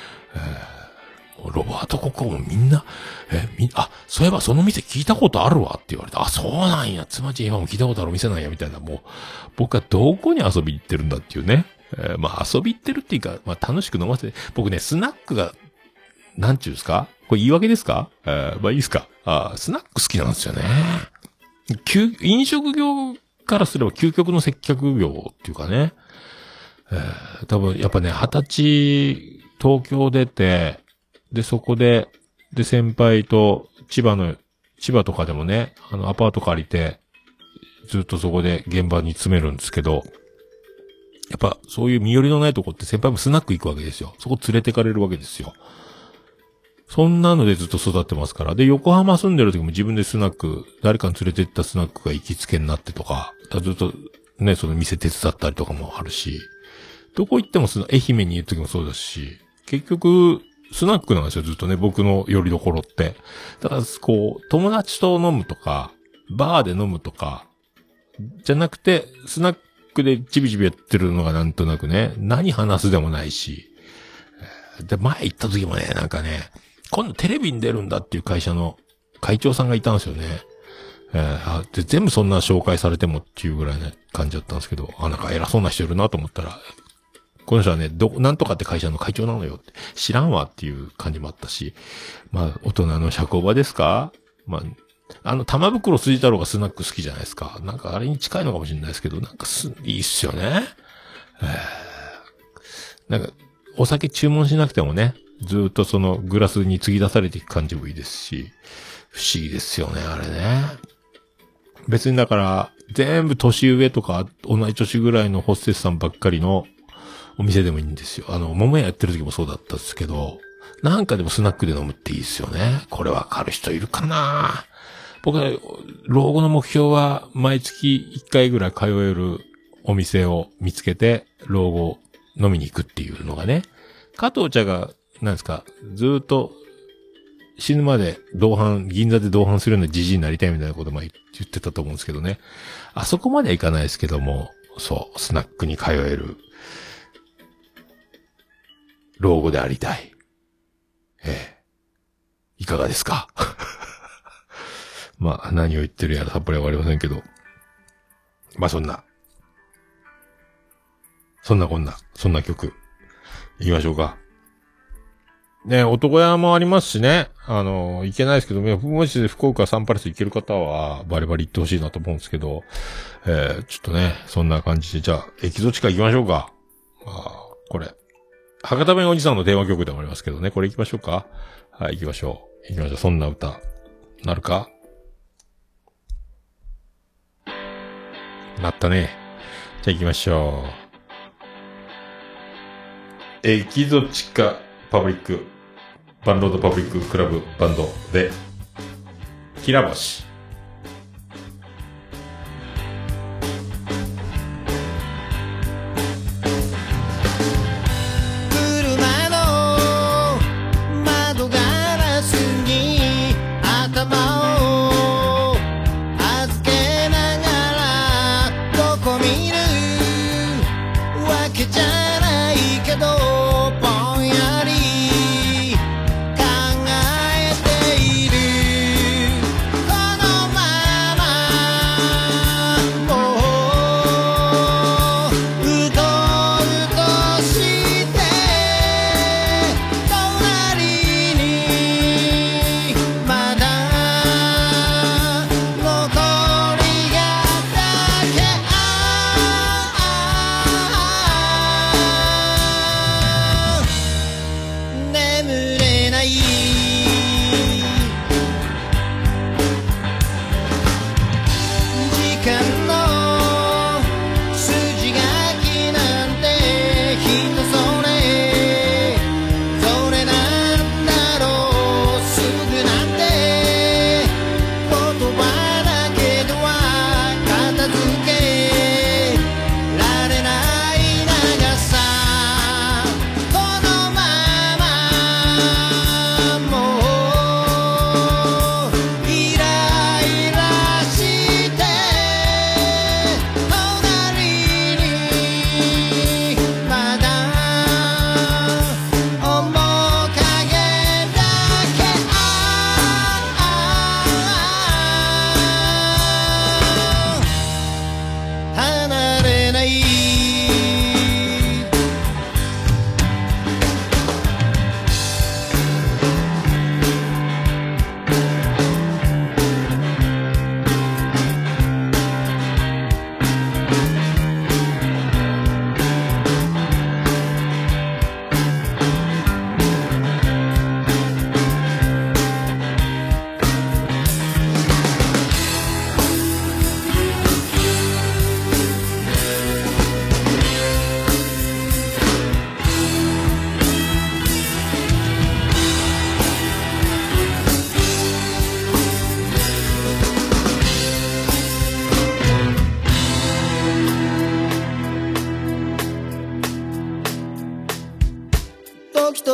ロバート国王もみんな、そういえばその店聞いたことあるわって言われて、そうなんや、妻ジェニファーも聞いたことある店なんや、みたいな、もう、僕はどこに遊びに行ってるんだっていうね。まあ遊び行ってるっていうか、まあ楽しく飲ませて、僕ね、スナックが、なんちゅうんですかこれ言い訳ですか？まあいいですか。スナック好きなんですよね。飲食業からすれば究極の接客業っていうかね。多分やっぱね、20歳東京出て、で、そこで、で、先輩と千葉とかでもね、アパート借りて、ずっとそこで現場に詰めるんですけど、やっぱそういう身寄りのないとこって先輩もスナック行くわけですよ。そこ連れてかれるわけですよ。そんなのでずっと育ってますから。で、横浜住んでる時も自分でスナック、誰かに連れて行ったスナックが行きつけになってとか、ずっとね、その店手伝ったりとかもあるし、どこ行っても愛媛にいる時もそうですし、結局、スナックなんですよ、ずっとね、僕の寄り所って。だから、こう、友達と飲むとか、バーで飲むとか、じゃなくて、スナックでチビチビやってるのがなんとなくね、何話すでもないし。で、前行った時もね、なんかね、今度テレビに出るんだっていう会社の会長さんがいたんですよね。で、全部そんな紹介されてもっていうぐらいな感じだったんですけど、なんか偉そうな人いるなと思ったら、この人はね、なんとかって会社の会長なのよって、知らんわっていう感じもあったし、まあ、大人の社交場ですか？まあ、玉袋筋太郎がスナック好きじゃないですか。なんかあれに近いのかもしれないですけど、なんかいいっすよね。なんか、お酒注文しなくてもね、ずーっとそのグラスに継ぎ出されていく感じもいいですし、不思議ですよね、あれね。別にだから、全部年上とか同じ年ぐらいのホステスさんばっかりのお店でもいいんですよ。桃屋やってる時もそうだったんですけど、なんかでもスナックで飲むっていいですよね。これわかる人いるかな？僕は、老後の目標は毎月1回ぐらい通えるお店を見つけて、老後飲みに行くっていうのがね。加藤茶が、なんですか、ずーっと死ぬまで銀座で同伴するようなじじいになりたいみたいなことも言ってたと思うんですけどね。あそこまではいかないですけども、そう、スナックに通える、老後でありたい。いかがですか？まあ、何を言ってるやらさっぱりわかりませんけど。まあ、そんな曲、行きましょうか。ね、男屋もありますしね。行けないですけど、もし福岡サンパレス行ける方は、バリバリ行ってほしいなと思うんですけど、ちょっとね、そんな感じで、じゃあ、エキゾチカ行きましょうか。これ。博多弁おじさんの電話曲でもありますけどね、これ行きましょうか。はい、行きましょう。そんな歌。なるか？なったね。じゃあ行きましょう。エキゾチカパブリックバンドパブリッククラブバンドできらぼし。 考えているこの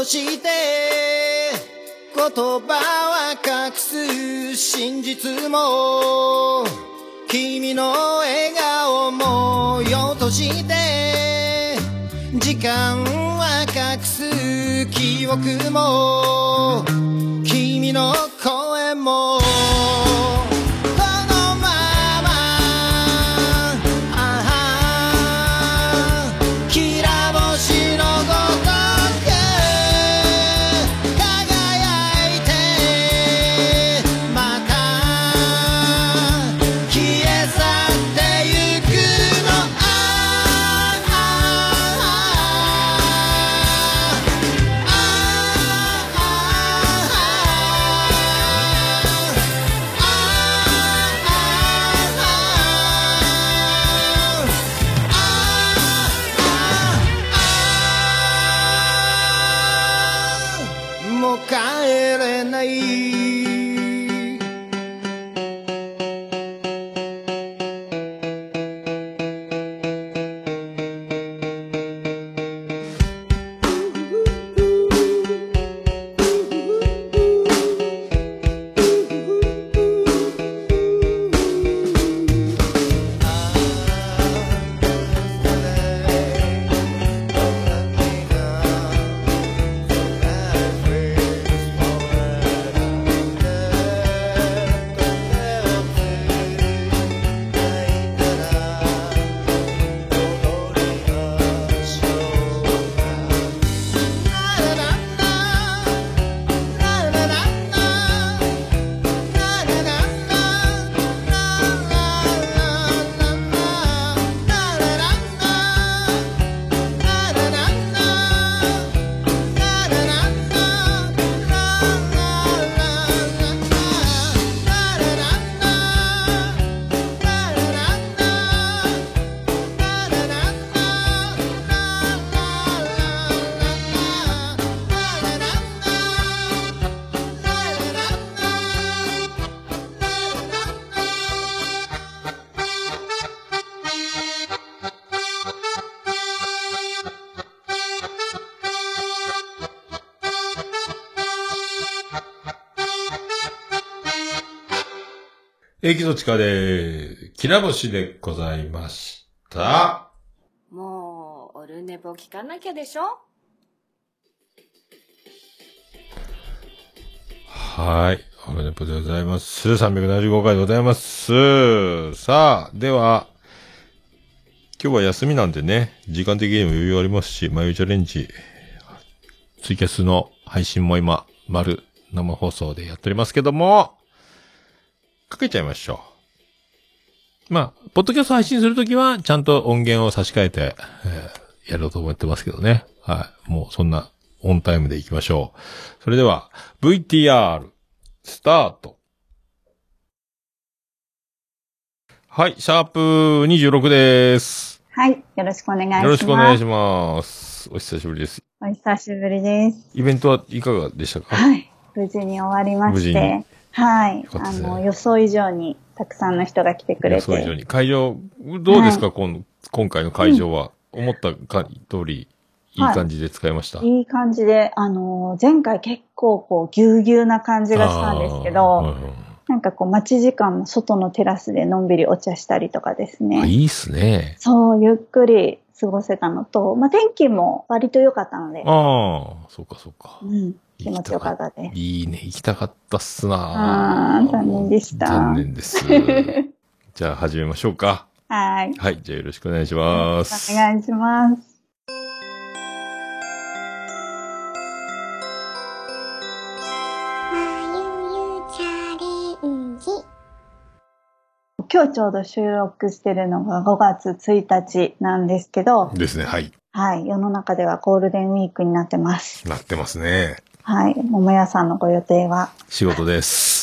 して言葉は隠す真実も君の笑顔もよとして時間は隠す記憶も君の声もこのままきら星のごとく輝いてまた消え去ってゆくのもう帰れない駅の地下で、きら星でございました。 もう、オルネポ聞かなきゃでしょ。 はい。オルネポでございます。375回でございます。さあ、では、今日は休みなんでね、時間的にも余裕ありますし、眉チャレンジ、ツイキャスの配信も今、生放送でやっておりますけども、かけちゃいましょう。まあ、ポッドキャスト配信するときは、ちゃんと音源を差し替えて、やろうと思ってますけどね。はい。もうそんなオンタイムでいきましょう。それでは、VTR、スタート。はい、シャープ26です。 はい、よろしくお願いします。 よろしくお願いします。お久しぶりです。 お久しぶりです。 イベントはいかがでしたか？ はい、無事に終わりまして、はい、予想以上にたくさんの人が来てくれて。 予想以上に。会場、どうですか、はい、今回の会場は。思った通り、いい感じで使いました。 いい感じで、前回結構こう、ぎゅうぎゅうな感じがしたんですけど、なんかこう、待ち時間も外のテラスでのんびりお茶したりとかですね。 いいっすね。 そう、ゆっくり過ごせたのと、まあ、天気も割と良かったので。 ああ、そうかそうか。 うん。気持ちよかったです。 いいね、行きたかったっすな。 ああ、残念でした。 残念です。じゃあ始めましょうか。 はい。 はい、じゃあよろしくお願いします。 お願いします。今日ちょうど収録してるのが5月1日なんですけど。 ですね、はい。 はい。世の中ではゴールデンウィークになってます。 なってますね。 はい。桃屋さんのご予定は仕事です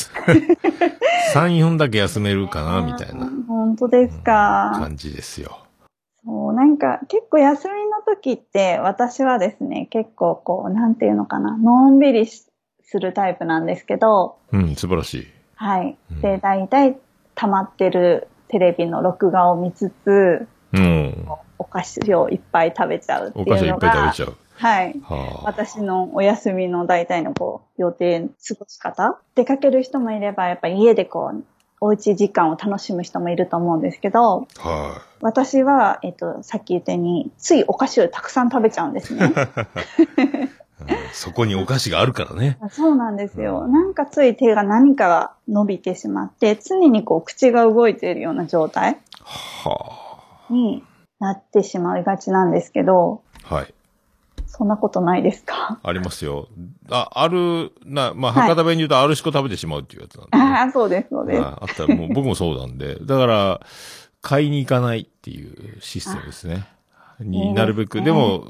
。3、4だけ休めるかな、みたいな。 本当ですか。 感じですよ。 そう、なんか結構休みの時って私はですね、結構こう、なんていうのかな、のんびりするタイプなんですけど。 うん、素晴らしい。 はい。で、大体溜まってるテレビの録画を見つつ、お菓子をいっぱい食べちゃうっていうのが。 お菓子をいっぱい食べちゃう。 はい。 はあ、 私のお休みの大体の予定、過ごし方。出かける人もいれば、やっぱり家でおうち時間を楽しむ人もいると思うんですけど、 は私は、さっき言ったように、ついお菓子をたくさん食べちゃうんですね。 そこにお菓子があるからね。 そうなんですよ。なんかつい手が何かが伸びてしまって、常に口が動いているような状態になってしまいがちなんですけど、 はい。 そんなことないですか？ ありますよ。まあ、博多弁で言うとアルシコ食べてしまうっていうやつなんで、ね。 ああ、そうです、そうです。 あったらもう僕もそうなんで。だから、買いに行かないっていうシステムですね。なるべく。でも、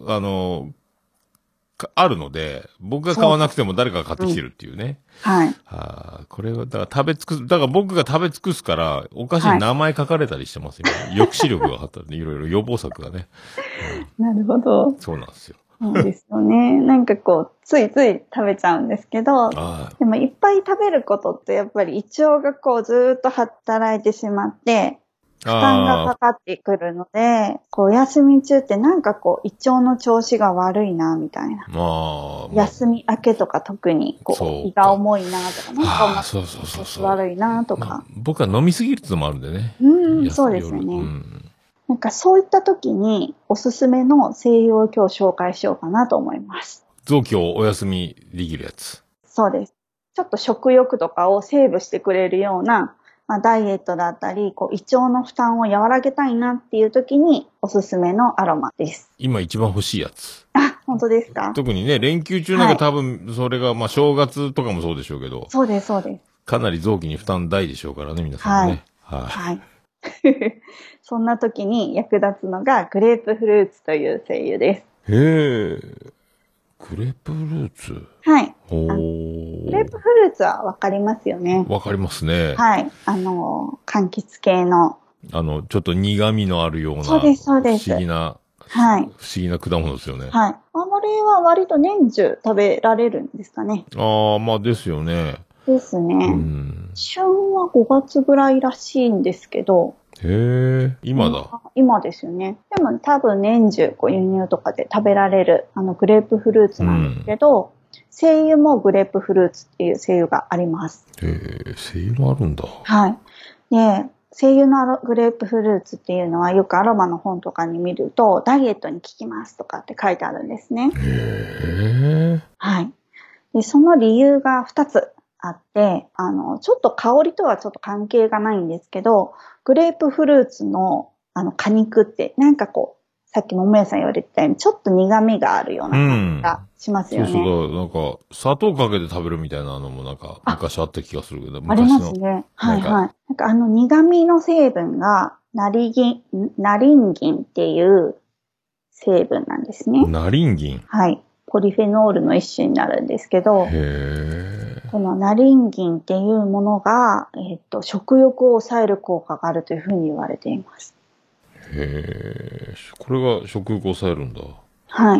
あるので、僕が買わなくても誰かが買ってきてるっていうね。 はい。 これは、だから食べ尽くす、だから僕が食べ尽くすから、お菓子に名前書かれたりしてます、今。抑止力があったんで、いろいろ予防策がね。 なるほど。 そうなんですよ。 そうですよね。なんかついつい食べちゃうんですけど、でもいっぱい食べることってやっぱり胃腸がずーっと働いてしまって、負担がかかってくるので、休み中ってなんか胃腸の調子が悪いな、みたいな。休み明けとか特に胃が重いな、とか、なんか調子悪いな、とか。 僕は飲みすぎるってのもあるんでね。 そうですよね。なんかそういった時におすすめの精油を今日紹介しようかなと思います。 臓器をお休みできるやつ。 そうです。ちょっと食欲とかをセーブしてくれるような、ダイエットだったり、胃腸の負担を和らげたいなっていう時におすすめのアロマです。 今一番欲しいやつ。 あ、本当ですか？ 特にね、連休中なんか多分、それが、正月とかもそうでしょうけど。 そうです、そうです。 かなり臓器に負担大でしょうからね、皆さんね。 はい。そんな時に役立つのがグレープフルーツという精油です。 へー。グレープフルーツ？ はい。グレープフルーツはわかりますよね。 わかりますね。 はい。柑橘系の。 ちょっと苦味のあるような。 そうです、そうです。 不思議な。 はい。 不思議な果物ですよね。 はい。れは割と年中食べられるんですかね。 ですよね。 ですね。旬は5月ぐらいらしいんですけど。 へえ、今だ。 今ですよね。でも多分年中輸入とかで食べられるグレープフルーツなんですけど、精油もグレープフルーツっていう精油があります。 へえ、精油もあるんだ。 はい。で、精油のグレープフルーツっていうのはよくアロマの本とかに見るとダイエットに効きますとかって書いてあるんですね。 へえ。 はい。で、その理由が2つあって、ちょっと香りとはちょっと関係がないんですけど、グレープフルーツの果肉ってなんかさっきももやさん言われてたようにちょっと苦味があるような感じがしますよね。 そう、なんか砂糖かけて食べるみたいなのもなんか昔あった気がするけど、 ありますね。はいはい。なんか苦味の成分がナリンギンっていう成分なんですね。 ナリンギン？ はい。ポリフェノールの一種になるんですけど、このナリンギンっていうものが、食欲を抑える効果があるというふうに言われています。 これが食欲を抑えるんだ。 はい。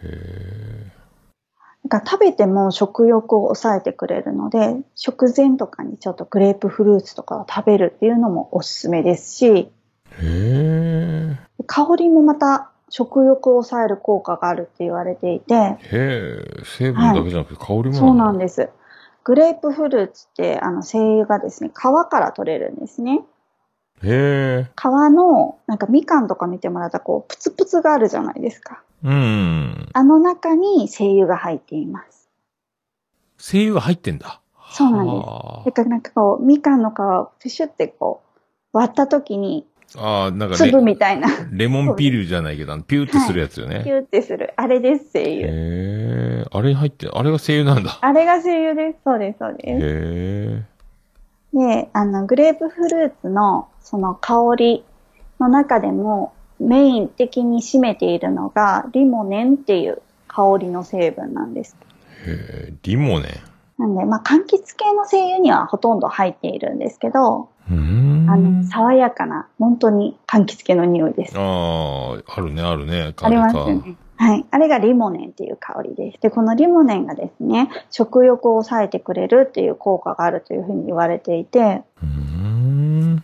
食べても食欲を抑えてくれるので、食前とかにちょっとグレープフルーツとかを食べるっていうのもおすすめですし、香りもまた食欲を抑える効果があるって言われていて。 成分だけじゃなくて香りもそうなんです。グレープフルーツって精油がですね、皮から取れるんですね。皮の、なんかみかんとか見てもらったらプツプツがあるじゃないですか。中に精油が入っています。 精油が入ってんだ。 そうなんです。だからなんかみかんの皮をプシュって割った時に、 なんか粒みたいな。 レモンピルじゃないけど、ピューってするやつよね。 ピューってする。あれです、精油。 あれに入ってあれが精油なんだ。 あれが精油です。そうです、そうです。で、グレープフルーツのその香りの中でもメイン的に占めているのがリモネンっていう香りの成分なんです。 リモネン。 なんで、柑橘系の精油にはほとんど入っているんですけど、爽やかな、本当に柑橘系の匂いです。 あるね。 ありますよね。はい。あれがリモネンっていう香りです。で、このリモネンがですね、食欲を抑えてくれるっていう効果があるというふうに言われていて、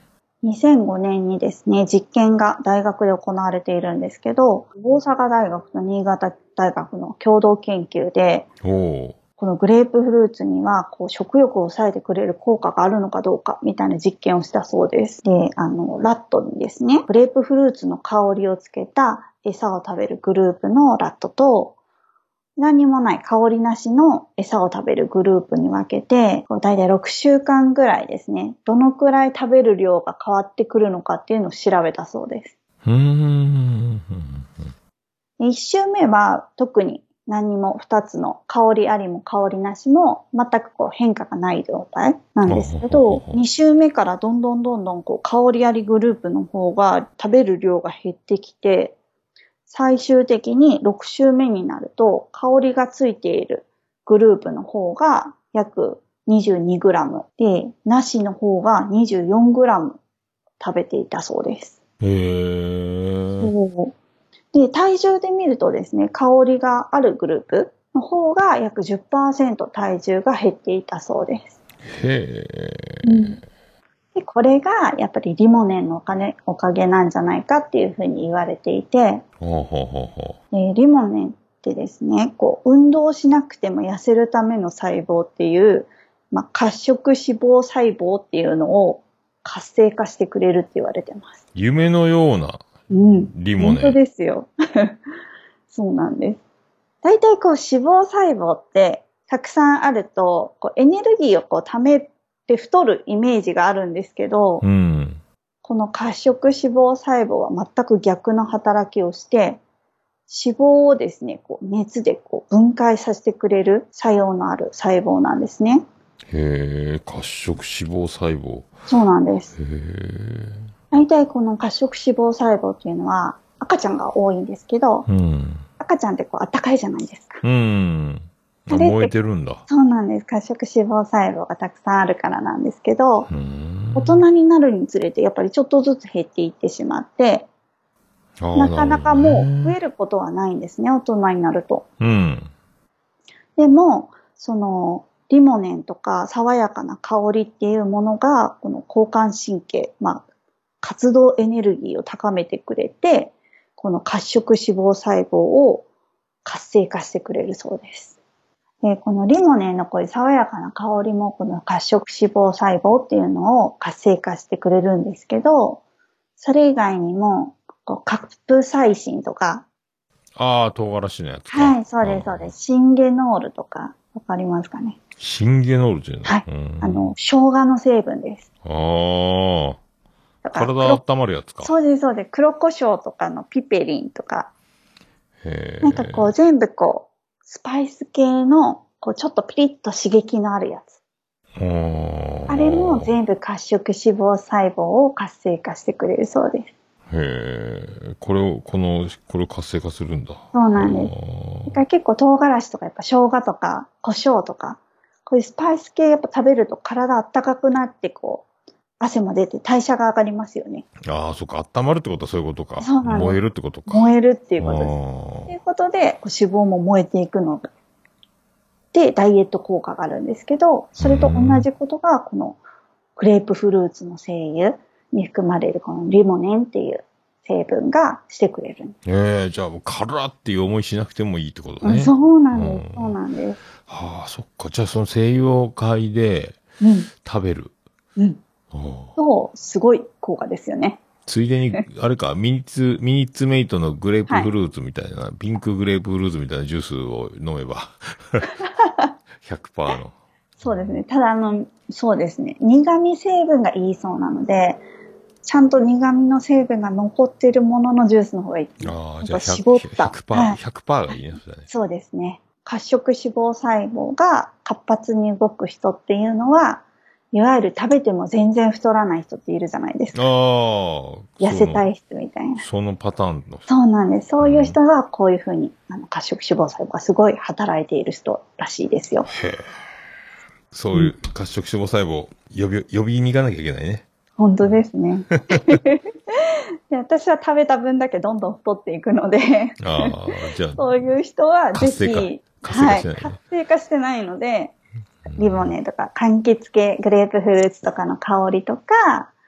2005年にですね、実験が大学で行われているんですけど、大阪大学と新潟大学の共同研究で、このグレープフルーツにはこう食欲を抑えてくれる効果があるのかどうかみたいな実験をしたそうです。で、ラットにですね、グレープフルーツの香りをつけた餌を食べるグループのラットと、何にもない香りなしの餌を食べるグループに分けて、だいたい6週間ぐらいですね、どのくらい食べる量が変わってくるのかっていうのを調べたそうです。1週目は特に何にも2つの香りありも香りなしも全くこう変化がない状態なんですけど、2週目からどんどんこう香りありグループの方が食べる量が減ってきて、最終的に6週目になると香りがついているグループの方が約22グラムで、なしの方が24グラム食べていたそうです。で、体重で見るとですね、香りがあるグループの方が約 10% 体重が減っていたそうです。で、これがやっぱりリモネンのおかげなんじゃないかっていうふうに言われていて、リモネンってですね、こう運動しなくても痩せるための細胞っていう、褐色脂肪細胞っていうのを活性化してくれるって言われてます。 夢のようなリモネン。 本当ですよ。そうなんです。大体こう脂肪細胞ってたくさんあると、こうエネルギーをこう貯めて太るイメージがあるんですけど、この褐色脂肪細胞は全く逆の働きをして、脂肪をですね、こう熱でこう分解させてくれる作用のある細胞なんですね。 褐色脂肪細胞。 そうなんです。大体この褐色脂肪細胞っていうのは赤ちゃんが多いんですけど、赤ちゃんってこう暖かいじゃないですか。 燃えてるんだ。 そうなんです。褐色脂肪細胞がたくさんあるからなんですけど、大人になるにつれてやっぱりちょっとずつ減っていってしまって、なかなかもう増えることはないんですね、大人になると。でも、その、リモネンとか爽やかな香りっていうものが、この交感神経、活動エネルギーを高めてくれて、この褐色脂肪細胞を活性化してくれるそうです。で、このリモネンのこういう爽やかな香りもこの褐色脂肪細胞っていうのを活性化してくれるんですけど、それ以外にも、カプサイシンとか。 唐辛子のやつか。 はい、そうです、そうです。シンゲノールとか、わかりますかね。 シンゲノールっていうの？ はい。生姜の成分です。 体温まるやつか。 そうです、そうです。黒胡椒とかのピペリンとか。なんかこう全部こう、スパイス系の、こうちょっとピリッと刺激のあるやつ。あれも全部褐色脂肪細胞を活性化してくれるそうです。 これを活性化するんだ。 そうなんです。だから結構唐辛子とかやっぱ生姜とか胡椒とか、こういうスパイス系やっぱ食べると体あったかくなってこう、汗も出て代謝が上がりますよね。 そっか。温まるってことはそういうことか。 そうなんです。 燃えるってことか。 燃えるっていうことです。ということで、脂肪も燃えていくので、ダイエット効果があるんですけど、それと同じことが、このグレープフルーツの精油に含まれるこのリモネンっていう成分がしてくれるんです。じゃあもう辛っていう思いしなくてもいいってことね。 そうなんです。そうなんです。 そっか。じゃあその精油を嗅いで、食べる。 そう、すごい効果ですよね。 ついでに、あれか、ミニッツメイトのグレープフルーツみたいな、ピンクグレープフルーツみたいなジュースを飲めば、100% の。 そうですね。ただそうですね。苦味成分がいいそうなので、ちゃんと苦味の成分が残っているもののジュースの方がいい。 じゃあ絞った。 100% がいいね。 そうですね。褐色脂肪細胞が活発に動く人っていうのは、いわゆる食べても全然太らない人っているじゃないですか。痩せ体質みたいな。 そのパターンの。 そうなんです。そういう人がこういうふうに、褐色脂肪細胞がすごい働いている人らしいですよ。 そういう褐色脂肪細胞、呼びに行かなきゃいけないね。 本当ですね。で私は食べた分だけどんどん太っていくので、 じゃあそういう人はぜひ、 活性化してないので、リモネとか柑橘系、グレープフルーツとかの香りとか、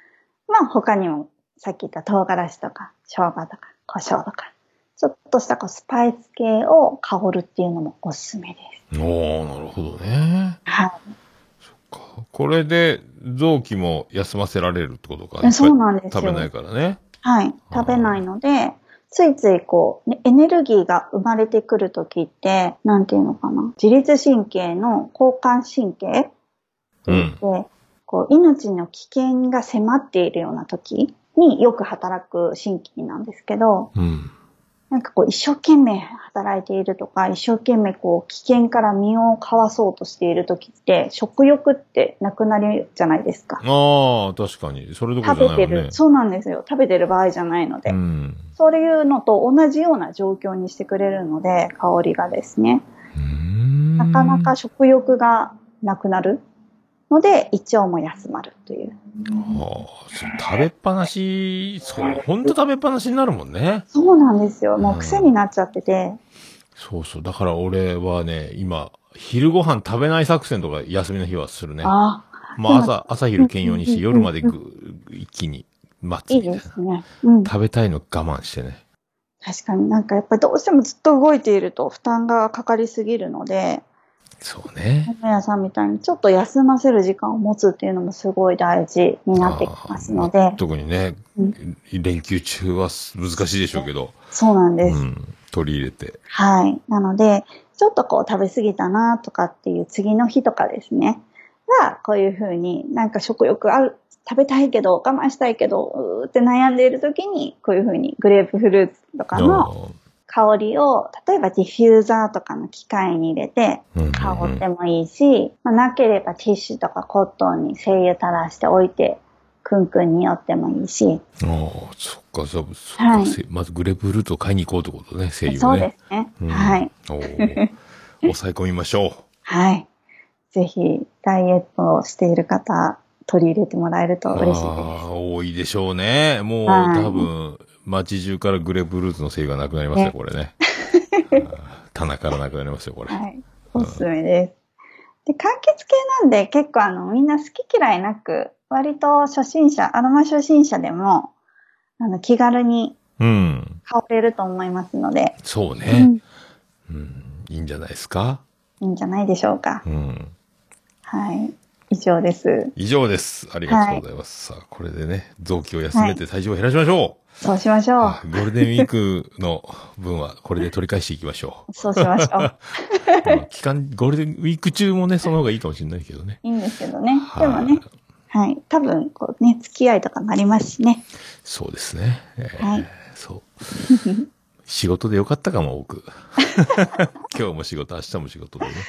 まあ他にもさっき言った唐辛子とか生姜とか胡椒とか、ちょっとしたスパイス系を香るっていうのもおすすめです。 おー、なるほどね。 はい。 そっか。これで臓器も休ませられるってことか。 そうなんですよ。 食べないからね。 はい。食べないので、ついついエネルギーが生まれてくるときって、なんていうのかな。自律神経の交感神経って言って、命の危険が迫っているような時によく働く神経なんですけど、なんか一生懸命働いているとか、一生懸命危険から身をかわそうとしている時って、食欲ってなくなるじゃないですか。 ああ、確かに。それどころじゃないよね。 食べてる。そうなんですよ。食べてる場合じゃないので。そういうのと同じような状況にしてくれるので、香りがですね。なかなか食欲がなくなるので、胃腸も休まるという。 食べっぱなし、そう、ほんと食べっぱなしになるもんね。 そうなんですよ。もう癖になっちゃってて。 そうそう。だから俺はね、今、昼ご飯食べない作戦とか休みの日はするね。まあ朝昼兼用にして夜まで一気に待つみたいな。いいですね。食べたいの我慢してね。 確かになんかやっぱりどうしてもずっと動いていると負担がかかりすぎるので、 そうね。 本屋さんみたいにちょっと休ませる時間を持つっていうのもすごい大事になってきますので。 特にね、連休中は難しいでしょうけど。 そうなんです。 取り入れて。 はい。なので、ちょっと食べ過ぎたなとかっていう次の日とかですね。こういう風になんか食欲ある、食べたいけど我慢したいけど、って悩んでいる時に、こういう風にグレープフルーツとかの香りを、例えばディフューザーとかの機械に入れて香ってもいいし、なければティッシュとかコットンに精油垂らしておいて、クンクンによってもいいし。 そっか、そっか。まずグレープフルーツを買いに行こうってことね、精油ね。 そうですね。はい。 抑え込みましょう。 はい。ぜひ、ダイエットをしている方、取り入れてもらえると嬉しいです。 多いでしょうね。もう、多分、街中からグレープフルーツの精油がなくなりますよ、これね。棚からなくなりますよ、これ。 はい。おすすめです。で、柑橘系なんで結構みんな好き嫌いなく、割とアロマ初心者でも、気軽に、香れると思いますので。 そうね。いいんじゃないですか？ いいんじゃないでしょうか。はい。以上です。 以上です。ありがとうございます。さあ、これでね、臓器を休めて体重を減らしましょう。 そうしましょう。 ゴールデンウィークの分はこれで取り返していきましょう。そうしましょう。 ゴールデンウィーク中もね、その方がいいかもしれないけどね。 いいんですけどね。でもね、はい。多分、付き合いとかなりますしね。 そうですね。 はい。 そう。仕事でよかったかも、僕。今日も仕事、明日も仕事でね。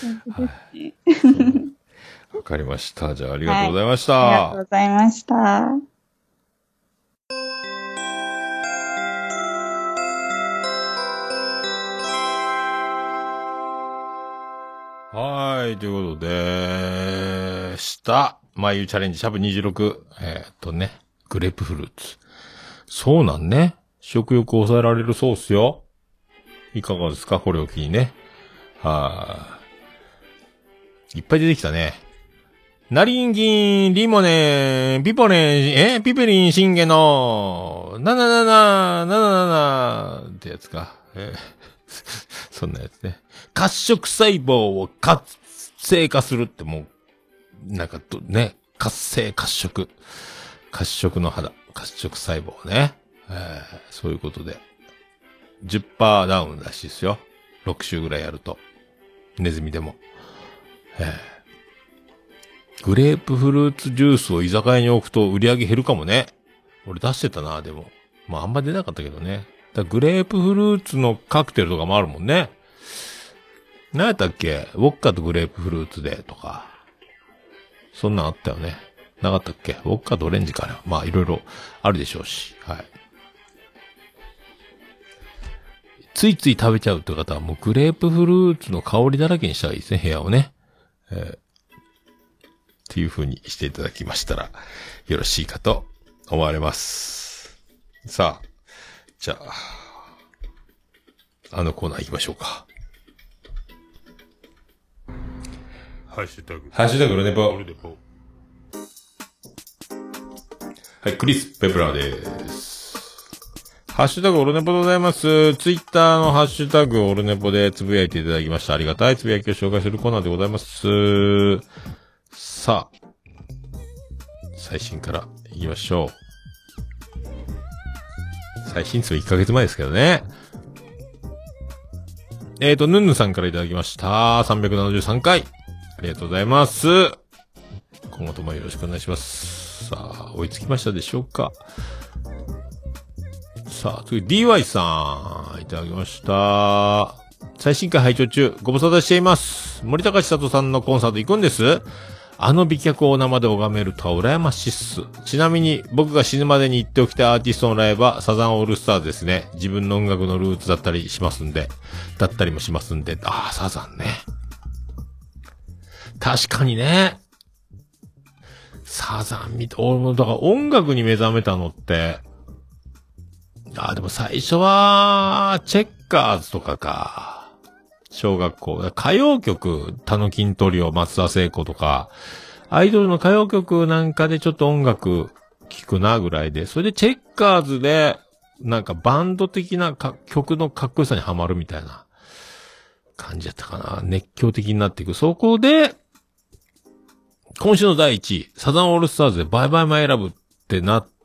わかりました。じゃあ、ありがとうございました。 ありがとうございました。 はい、ということで、眉チャレンジ、シャープ26。グレープフルーツ。そうなんね。食欲を抑えられるそうっすよ。いかがですか？これを機にね。いっぱい出てきたね。ナリンギン、リモネン、ピポネン、ピペリン、シンゲの、77ってやつか。そんなやつね。褐色細胞を活性化するってもう、なんか活性、褐色の肌、褐色細胞ね。そういうことで。10% ダウンらしいですよ。6週ぐらいやると。ネズミでも。グレープフルーツジュースを居酒屋に置くと売り上げ減るかもね。俺出してたな、でも。まああんま出なかったけどね。グレープフルーツのカクテルとかもあるもんね。何やったっけ？ウォッカとグレープフルーツでとか。そんなんあったよね。なかったっけ？ウォッカとオレンジかな。まあいろいろあるでしょうし。はい。ついつい食べちゃうって方はもうグレープフルーツの香りだらけにしたらいいですね、部屋をね。っていう風にしていただきましたらよろしいかと思われます。さあ、じゃあ、コーナー行きましょうか。ハッシュタグルネポ。 はい、クリス・ペプラーです。ハッシュタグオルネポでございます。ツイッターのハッシュタグオルネポでつぶやいていただきました。ありがたいつぶやきを紹介するコーナーでございます。さあ、最新からいきましょう。最新数1ヶ月前ですけどね。ヌンヌさんからいただきました。373回。ありがとうございます。今後ともよろしくお願いします。さあ、追いつきましたでしょうか。さあ、次、DY さん、いただきました。最新回拝聴中、ご無沙汰しています。森高千里さんのコンサート行くんです。あの美脚を生で拝めるとは羨ましいっす。ちなみに、僕が死ぬまでに行っておきたいアーティストのライブはサザンオールスターズですね。自分の音楽のルーツだったりもしますんで。ああ、サザンね。確かにね。サザンだから音楽に目覚めたのって、でも最初は、チェッカーズとかか。小学校。歌謡曲、タノキントリオ、松田聖子とか、アイドルの歌謡曲なんかでちょっと音楽聴くなぐらいで、それでチェッカーズで、なんかバンド的な曲のかっこよさにハマるみたいな感じだったかな。熱狂的になっていく。そこで、今週の第1位、サザンオールスターズでバイバイマイラブってなって、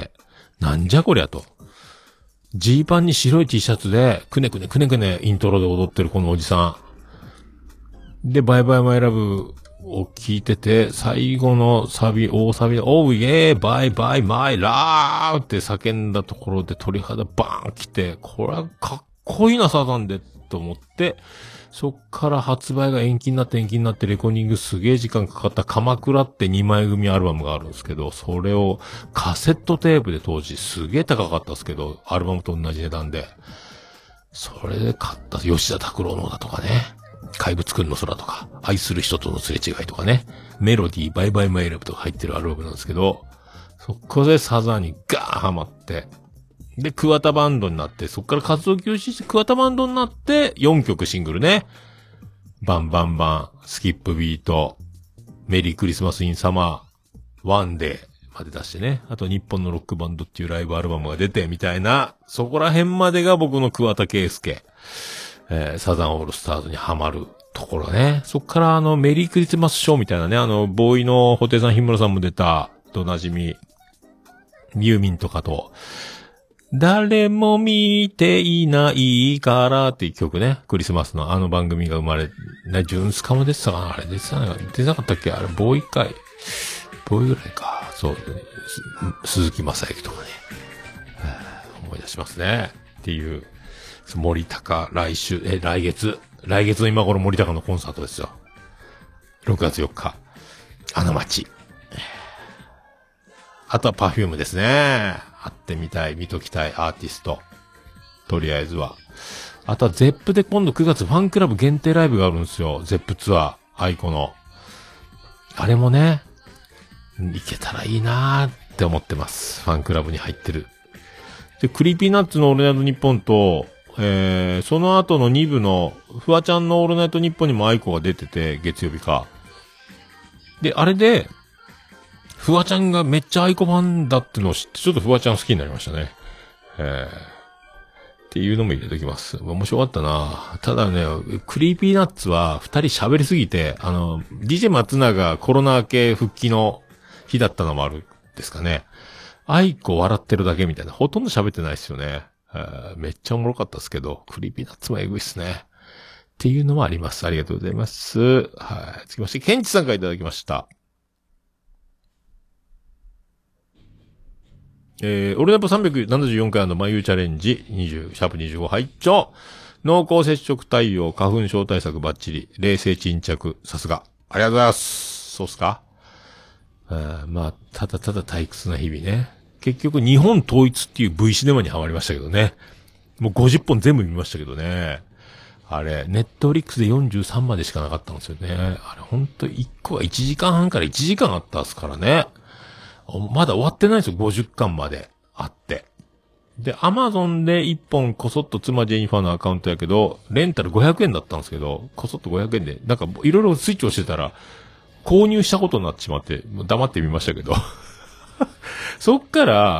なんじゃこりゃと。ジーパンに白い T シャツで、くねくねイントロで踊ってるこのおじさん。で、バイバイマイラブを聞いてて、最後のサビ、大サビで、おうイエーバイバイマイラブって叫んだところで鳥肌バーン来て、これはかっこいいなサザンで、と思って、そっから発売が延期になってレコーディングすげえ時間かかった鎌倉って2枚組アルバムがあるんですけど、それをカセットテープで当時すげえ高かったですけど、アルバムと同じ値段で。それで買った吉田拓郎のだとかね。怪物くんの空とか、愛する人とのすれ違いとかね。メロディーバイバイマイラブとか入ってるアルバムなんですけど、そこでサザンにガーンハマって、で、桑田バンドになって、そこから活動休止して桑田バンドになって、4曲シングルね。バンバンバン、スキップビート、メリークリスマスインサマー、ワンデーまで出してね。あと日本のロックバンドっていうライブアルバムが出てみたいな、そこら辺までが僕の桑田佳祐、サザンオールスターズにハマるところね。そこからメリークリスマスショーみたいなね、ボーイの布袋さん、日村さんも出た、と馴染み、ユーミンとかと、誰も見ていないからっていう曲ね。クリスマスの番組が生まれ、ジュンスカも出てたかなあれ出なかったっけあれ、ボーイぐらいか。そう、鈴木正幸とかね。思い出しますね。っていう、森高、来月の今頃森高のコンサートですよ。6月4日。あの街。あとはパフュームですね。会ってみたい、見ときたいアーティスト。とりあえずは。あとはゼップで今度9月ファンクラブ限定ライブがあるんですよ。ゼップツアー、アイコの。あれもね、行けたらいいなーって思ってます。ファンクラブに入ってる。で、クリーピーナッツのオールナイトニッポンと、その後の2部のフワちゃんのオールナイトニッポンにもアイコが出てて、月曜日か。で、あれで、フワちゃんがめっちゃアイコファンだってのを知って、ちょっとフワちゃん好きになりましたね。っていうのも入れときます。面白かったな。ただね、クリーピーナッツは二人喋りすぎて、DJ 松永コロナ明け復帰の日だったのもあるんですかね。アイコ笑ってるだけみたいな。ほとんど喋ってないですよね。めっちゃおもろかったですけど、クリーピーナッツもエグいっすね。っていうのもあります。ありがとうございます。はい。続きまして、ケンチさんからいただきました。オルネポ374回の眉チャレンジ、20#25 拝聴。濃厚接触対応、花粉症対策バッチリ、冷静沈着、さすが。ありがとうございます。そうっすか？まあ、ただ退屈な日々ね。結局、日本統一っていう V シネマにハマりましたけどね。もう50本全部見ましたけどね。あれ、ネットフリックスで43までしかなかったんですよね。あれ、ほんと1個は1時間半から1時間あったっすからね。まだ終わってないですよ、50巻まであって。で、アマゾンで1本こそっと妻ジェニファーのアカウントやけど、レンタル500円だったんですけど、こそっと500円で、なんかいろいろスイッチをしてたら、購入したことになってしまって、もう黙ってみましたけど。 そっから、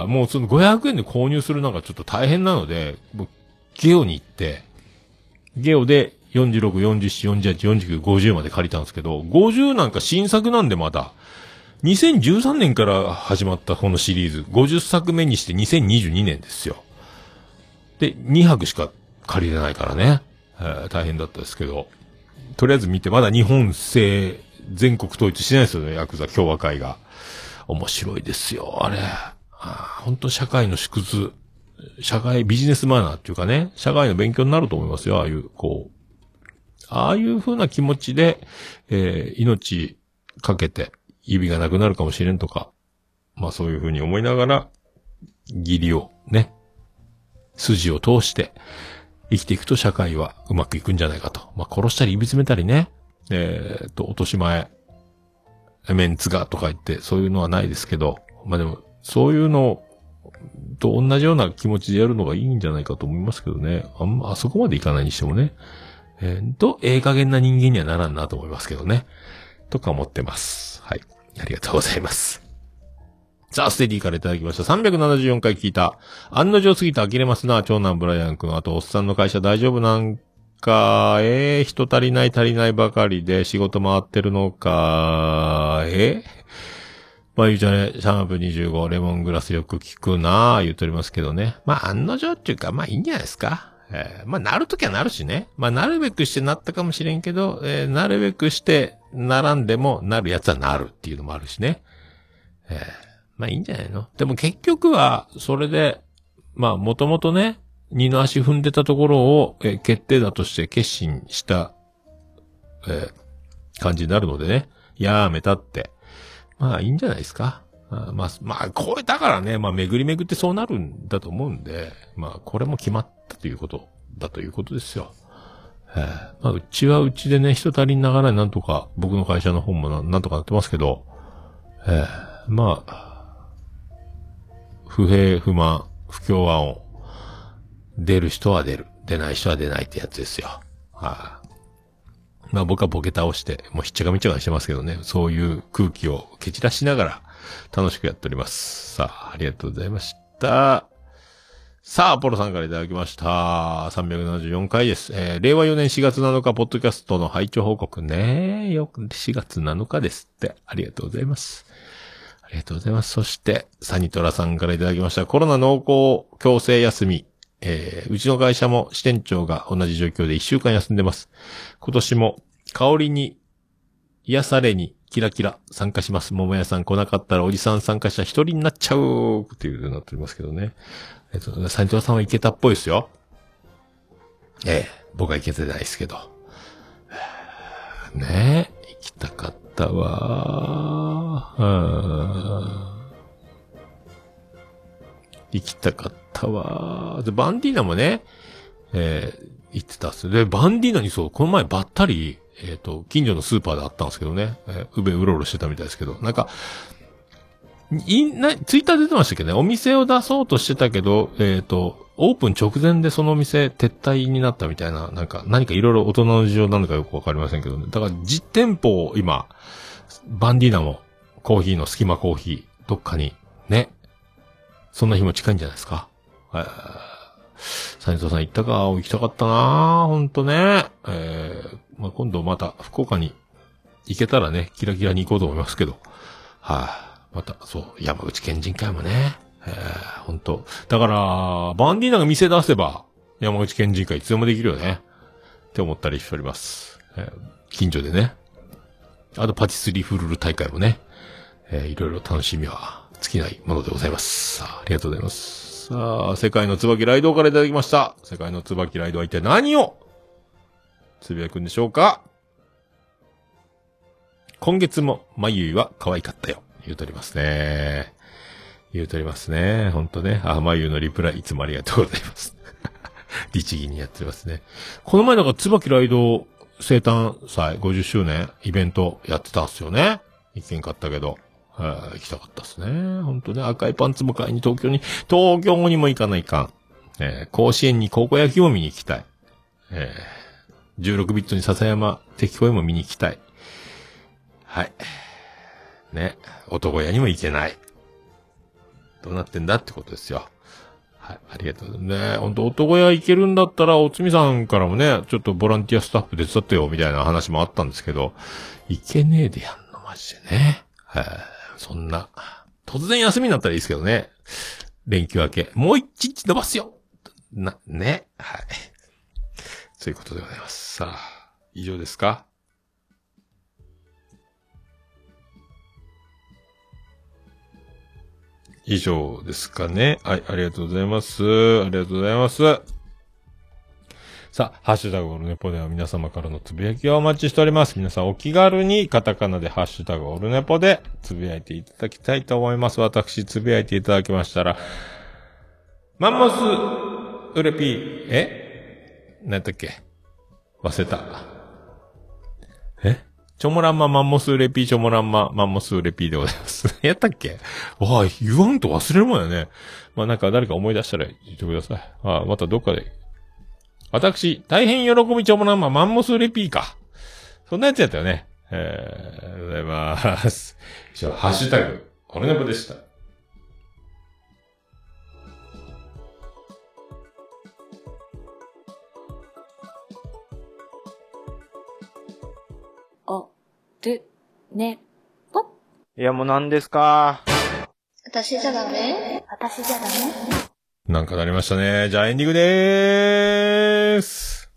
もうその500円で購入するのがちょっと大変なので、ゲオに行って、ゲオで46、47、48、49、50まで借りたんですけど、50なんか新作なんでまだ、2013年から始まったこのシリーズ、50作目にして2022年ですよ。で、2泊しか借りれないからね。大変だったですけど、とりあえず見て、まだ日本製全国統一してないですよね、ヤクザ共和会が。面白いですよ、あれ。本当社会の縮図、ビジネスマナーっていうかね、社会の勉強になると思いますよ、ああいう風な気持ちで、命かけて、指がなくなるかもしれんとか、まあそういう風に思いながら、義理をね、筋を通して、生きていくと社会はうまくいくんじゃないかと。まあ殺したり指詰めたりね、落とし前、メンツがとか言って、そういうのはないですけど、まあでも、そういうのと同じような気持ちでやるのがいいんじゃないかと思いますけどね。あそこまでいかないにしてもね。ええ加減な人間にはならんなと思いますけどね。とか思ってます。はい。ありがとうございます。さあ、ステディからいただきました。374回聞いた。案の定すぎて呆れますな、長男ブライアン君。あと、おっさんの会社大丈夫なんか、人足りないばかりで仕事回ってるのか、まあ、ゆうちゃんね、シャープ25、レモングラスよく聞くなぁ、言うとりますけどね。まあ、案の定っていうか、まあ、いいんじゃないですか。まあ、なるときはなるしね。まあ、なるべくしてなったかもしれんけど、なるべくしてならんでもなるやつはなるっていうのもあるしね。まあ、いいんじゃないの？でも結局は、それで、まあ、もともとね、二の足踏んでたところを、決定だとして決心した、感じになるのでね。やめたって。まあ、いいんじゃないですか。まあ、これだからね、まあ、巡り巡ってそうなるんだと思うんで、まあ、これも決まったということだということですよ。まあ、うちはうちでね、人足りながらなんとか、僕の会社の方もなんとかなってますけど、まあ、不平不満、不協和音、出る人は出る、出ない人は出ないってやつですよ。まあ僕はボケ倒して、もうひっちゃかみっちゃかしてますけどね、そういう空気を蹴散らしながら楽しくやっております。さあ、ありがとうございました。さあ、ポロさんからいただきました。374回です。令和4年4月7日、ポッドキャストの拝聴報告ね。4月7日ですって。ありがとうございます。ありがとうございます。そして、サニトラさんからいただきました。コロナ濃厚強制休み。うちの会社も支店長が同じ状況で1週間休んでます。今年も香りに癒されにキラキラ参加します。桃屋さん来なかったらおじさん参加者一人になっちゃうっていう風になっておりますけどね。サニトラさんはいけたっぽいですよ。僕はいけてないですけど。ねえ、行きたかったわ。行きたかったわ。で、バンディーナもね、行ってたっす。で、バンディーナにそう、この前ばったり、近所のスーパーであったんですけどね、うろうろしてたみたいですけど、なんか、ツイッター出てましたけどね、お店を出そうとしてたけど、オープン直前でそのお店撤退になったみたいな、なんか、何かいろいろ大人の事情なのかよくわかりませんけどね。だから実店舗を今、バンディーナもコーヒーの隙間コーヒー、どっかに、ね、そんな日も近いんじゃないですか。サニトさん行ったか、行きたかったなぁ、ほんとね。まあ、今度また福岡に行けたらね、キラキラに行こうと思いますけど。また、そう、山口県人会もね。ほんと。だから、バンディーナが店出せば、山口県人会いつでもできるよね。って思ったりしております。近所でね。あと、パティスリーフルール大会もね。いろいろ楽しみは尽きないものでございます。さあ、ありがとうございます。さあ、世界の椿ライドからいただきました。世界の椿ライドは一体何をつぶやくんでしょうか。今月もまゆいは可愛かったよ。言うとりますね。ほんとね。まゆいのリプライいつもありがとうございます。律儀にやってますね。この前なんか椿ライド生誕祭50周年イベントやってたんすよね。行けんかったけど。行きたかったですね。ほんとね。赤いパンツも買いに東京にも行かないかん。甲子園に高校野球も見に行きたい。16ビットに笹山敵声も見に行きたい。はい。ね。男屋にも行けない。 どうなってんだってことですよ。はい、ありがとうございますね。ほんと、男屋行けるんだったら、おつみさんからもね、ちょっとボランティアスタッフ手伝ってよ、みたいな話もあったんですけど、行けねえでやんの、マジでね。はい、そんな、突然休みになったらいいですけどね。連休明け。もう一日伸ばすよね。はい。そういうことでございます。さあ、以上ですか？以上ですかね。はい、ありがとうございます。ありがとうございます。さあ、ハッシュタグオルネポでは皆様からのつぶやきをお待ちしております。皆さんお気軽にカタカナでハッシュタグオルネポでつぶやいていただきたいと思います。私、つぶやいていただきましたら、マンモスウレピー、何やったっけ？忘れた。チョモランママンモスウレピーチョモランママンモスウレピーでございます。やったっけ？わあ、言わんと忘れるもんやね。まあ、なんか誰か思い出したら言ってください。ああ、またどっかで。私、大変喜びチョモランママンモスウレピーか。そんなやつやったよね。ありがとうございます。以上、ハッシュタグ、オルネポでした。 ね、ぽいや、もう何ですか？ 私じゃダメ？私じゃダメ？ なんかなりましたね。じゃあエンディングでーす。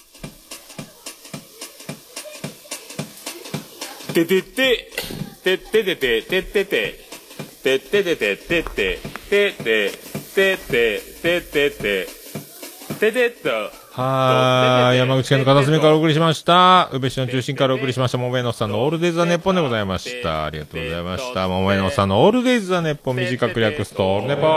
ててて、てててて、ててて、てててて、てて、てて、てて、ててて、ててと。 はーい。山口県の片隅からお送りしました。宇部市の中心からお送りしました。桃江のさんのオールデイズ・ザ・ネッポンでございました。ありがとうございました。桃江のさんのオールデイズ・ザ・ネッポン短く略すとオールネポー。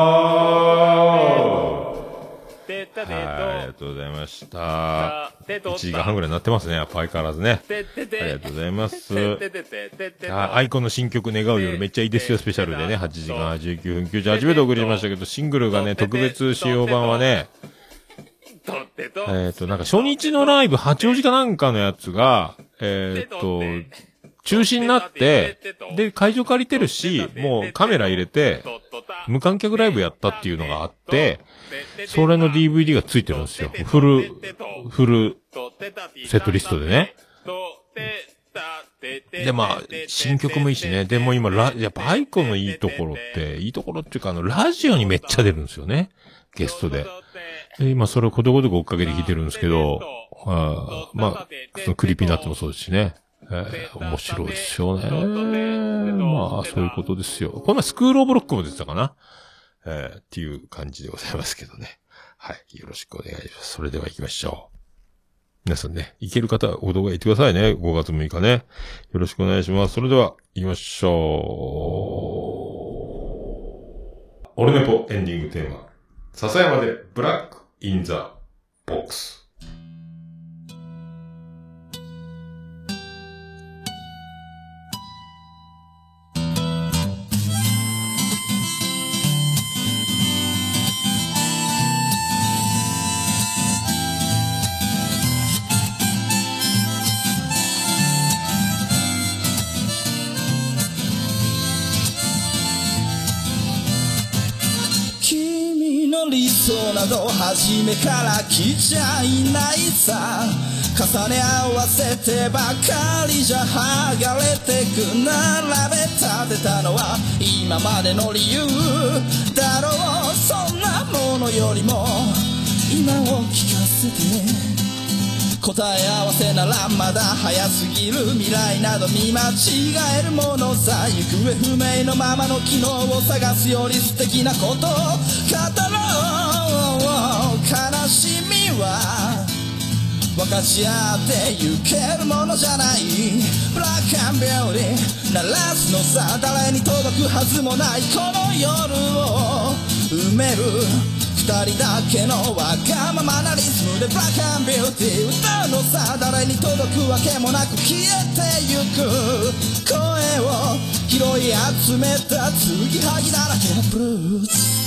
はい、ありがとうございました。1時間半ぐらいになってますね。やっぱ相変わらずね。ありがとうございます。アイコンの新曲願う夜めっちゃいいですよスペシャルでね、8時間89分98秒でお送りしましたけど、シングルがね、特別仕様版はね、なんか初日のライブ、八王子かなんかのやつが、中止になって、で、会場借りてるし、もうカメラ入れて、無観客ライブやったっていうのがあって、それの DVD がついてるんですよ。フルセットリストでね。で、まあ、新曲もいいしね。でも今、やっぱアイコンのいいところっていうか、ラジオにめっちゃ出るんですよね。ゲストで。今それをことごとく追っかけて聞いてるんですけど、まあ、そのクリーピーナッツもそうですしね。面白いですよね。まあ、そういうことですよ。この前スクールオブロックも出てたかな。っていう感じでございますけどね。はい。よろしくお願いします。それでは行きましょう。皆さんね、行ける方はお動画行ってくださいね。5月6日ね。よろしくお願いします。それでは行きましょう。オルネポエンディングテーマ。笹山でブラックインザボックス。 理想など初めから来ちゃいないさ、重ね合わせてばかりじゃ剥がれてく、並べ立てたのは今までの理由だろう。そんなものよりも今を聞かせて、答え合わせならまだ早すぎる、未来など見間違えるものさ、行方不明のままの昨日を探すより素敵なことを語ろう。悲しみは分かち合ってゆけるものじゃない、ブラックアンビューティー鳴らすのさ、誰に届くはずもないこの夜を埋める二人だけのわがままなリズムでブラックアンビューティー歌うのさ、誰に届くわけもなく消えてゆく声を拾い集めた継ぎはぎだらけのブルース。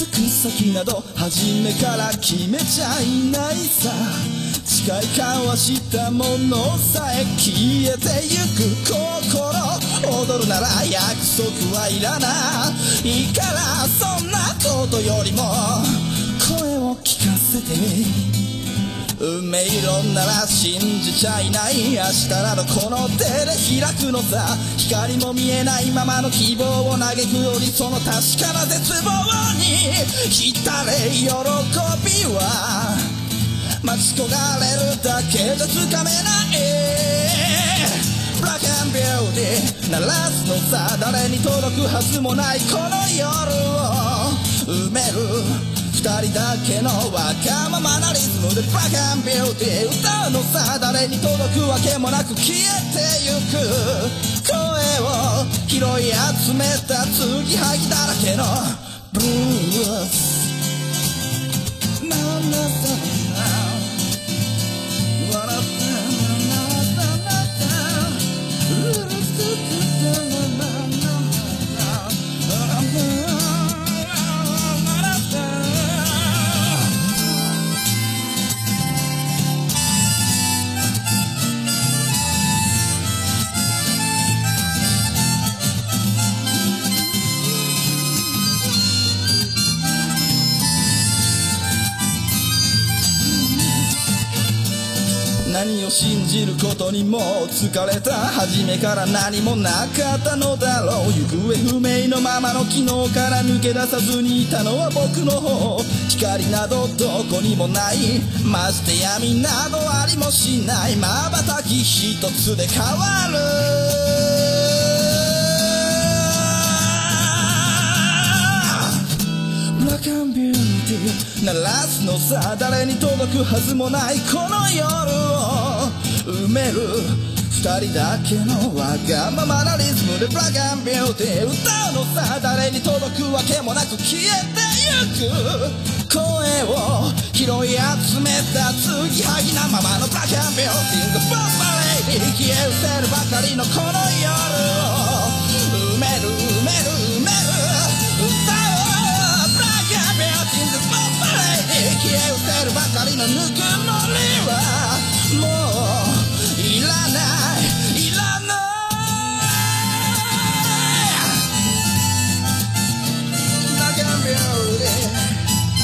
つく先など初めから決めちゃいないさ。誓い交わしたものさえ消えてゆく心、踊るなら約束はいらないから、そんなことよりも声を聞かせて。運命論なら信じちゃいない。明日などこの手で開くのさ。光も見えないままの希望を嘆くより、その確かな絶望に浸れ喜びは待ち焦がれるだけじゃつかめない。ブラック&ビューティー鳴らすのさ。誰に届くはずもないこの夜を埋める二人だけのわがままなリズムでブラック&ビューティー歌うのさ。誰に届くわけもなく消えてゆく声を拾い集めた継ぎはぎだらけのブルース。何を信じることにも疲れた。初めから何もなかったのだろう。行方不明のままの昨日から抜け出さずにいたのは僕の方。光などどこにもない、まして闇などありもしない。瞬き一つで変わるブラック&ビューティー鳴らすのさ。誰に届くはずもないこの夜を埋める二人だけのわがままなリズムでブラック&ビューティー歌うのさ。誰に届くわけもなく消えてゆく声を拾い集めた継ぎはぎなままのブラック&ビューティーがボンバレーに消え失せるばかりのこの夜を埋める埋める埋める歌うブラック&ビューティーがボンバレーに消え失せるばかりのぬくもりはもういらないいらないブラック&ビューティー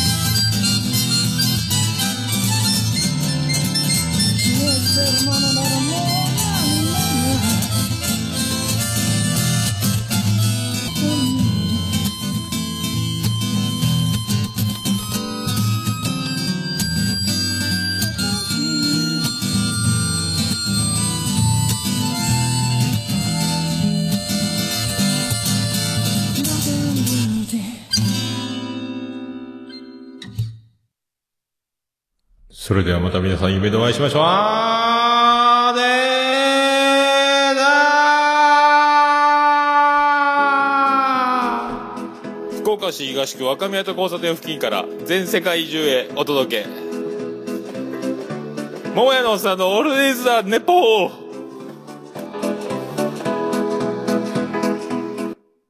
それではまた皆さん夢でお会いしましょう。あーでーだー。 福岡市東区若宮と交差点付近から全世界中へお届け。桃屋のおっさんのオールディーズ・ザ・ネポー。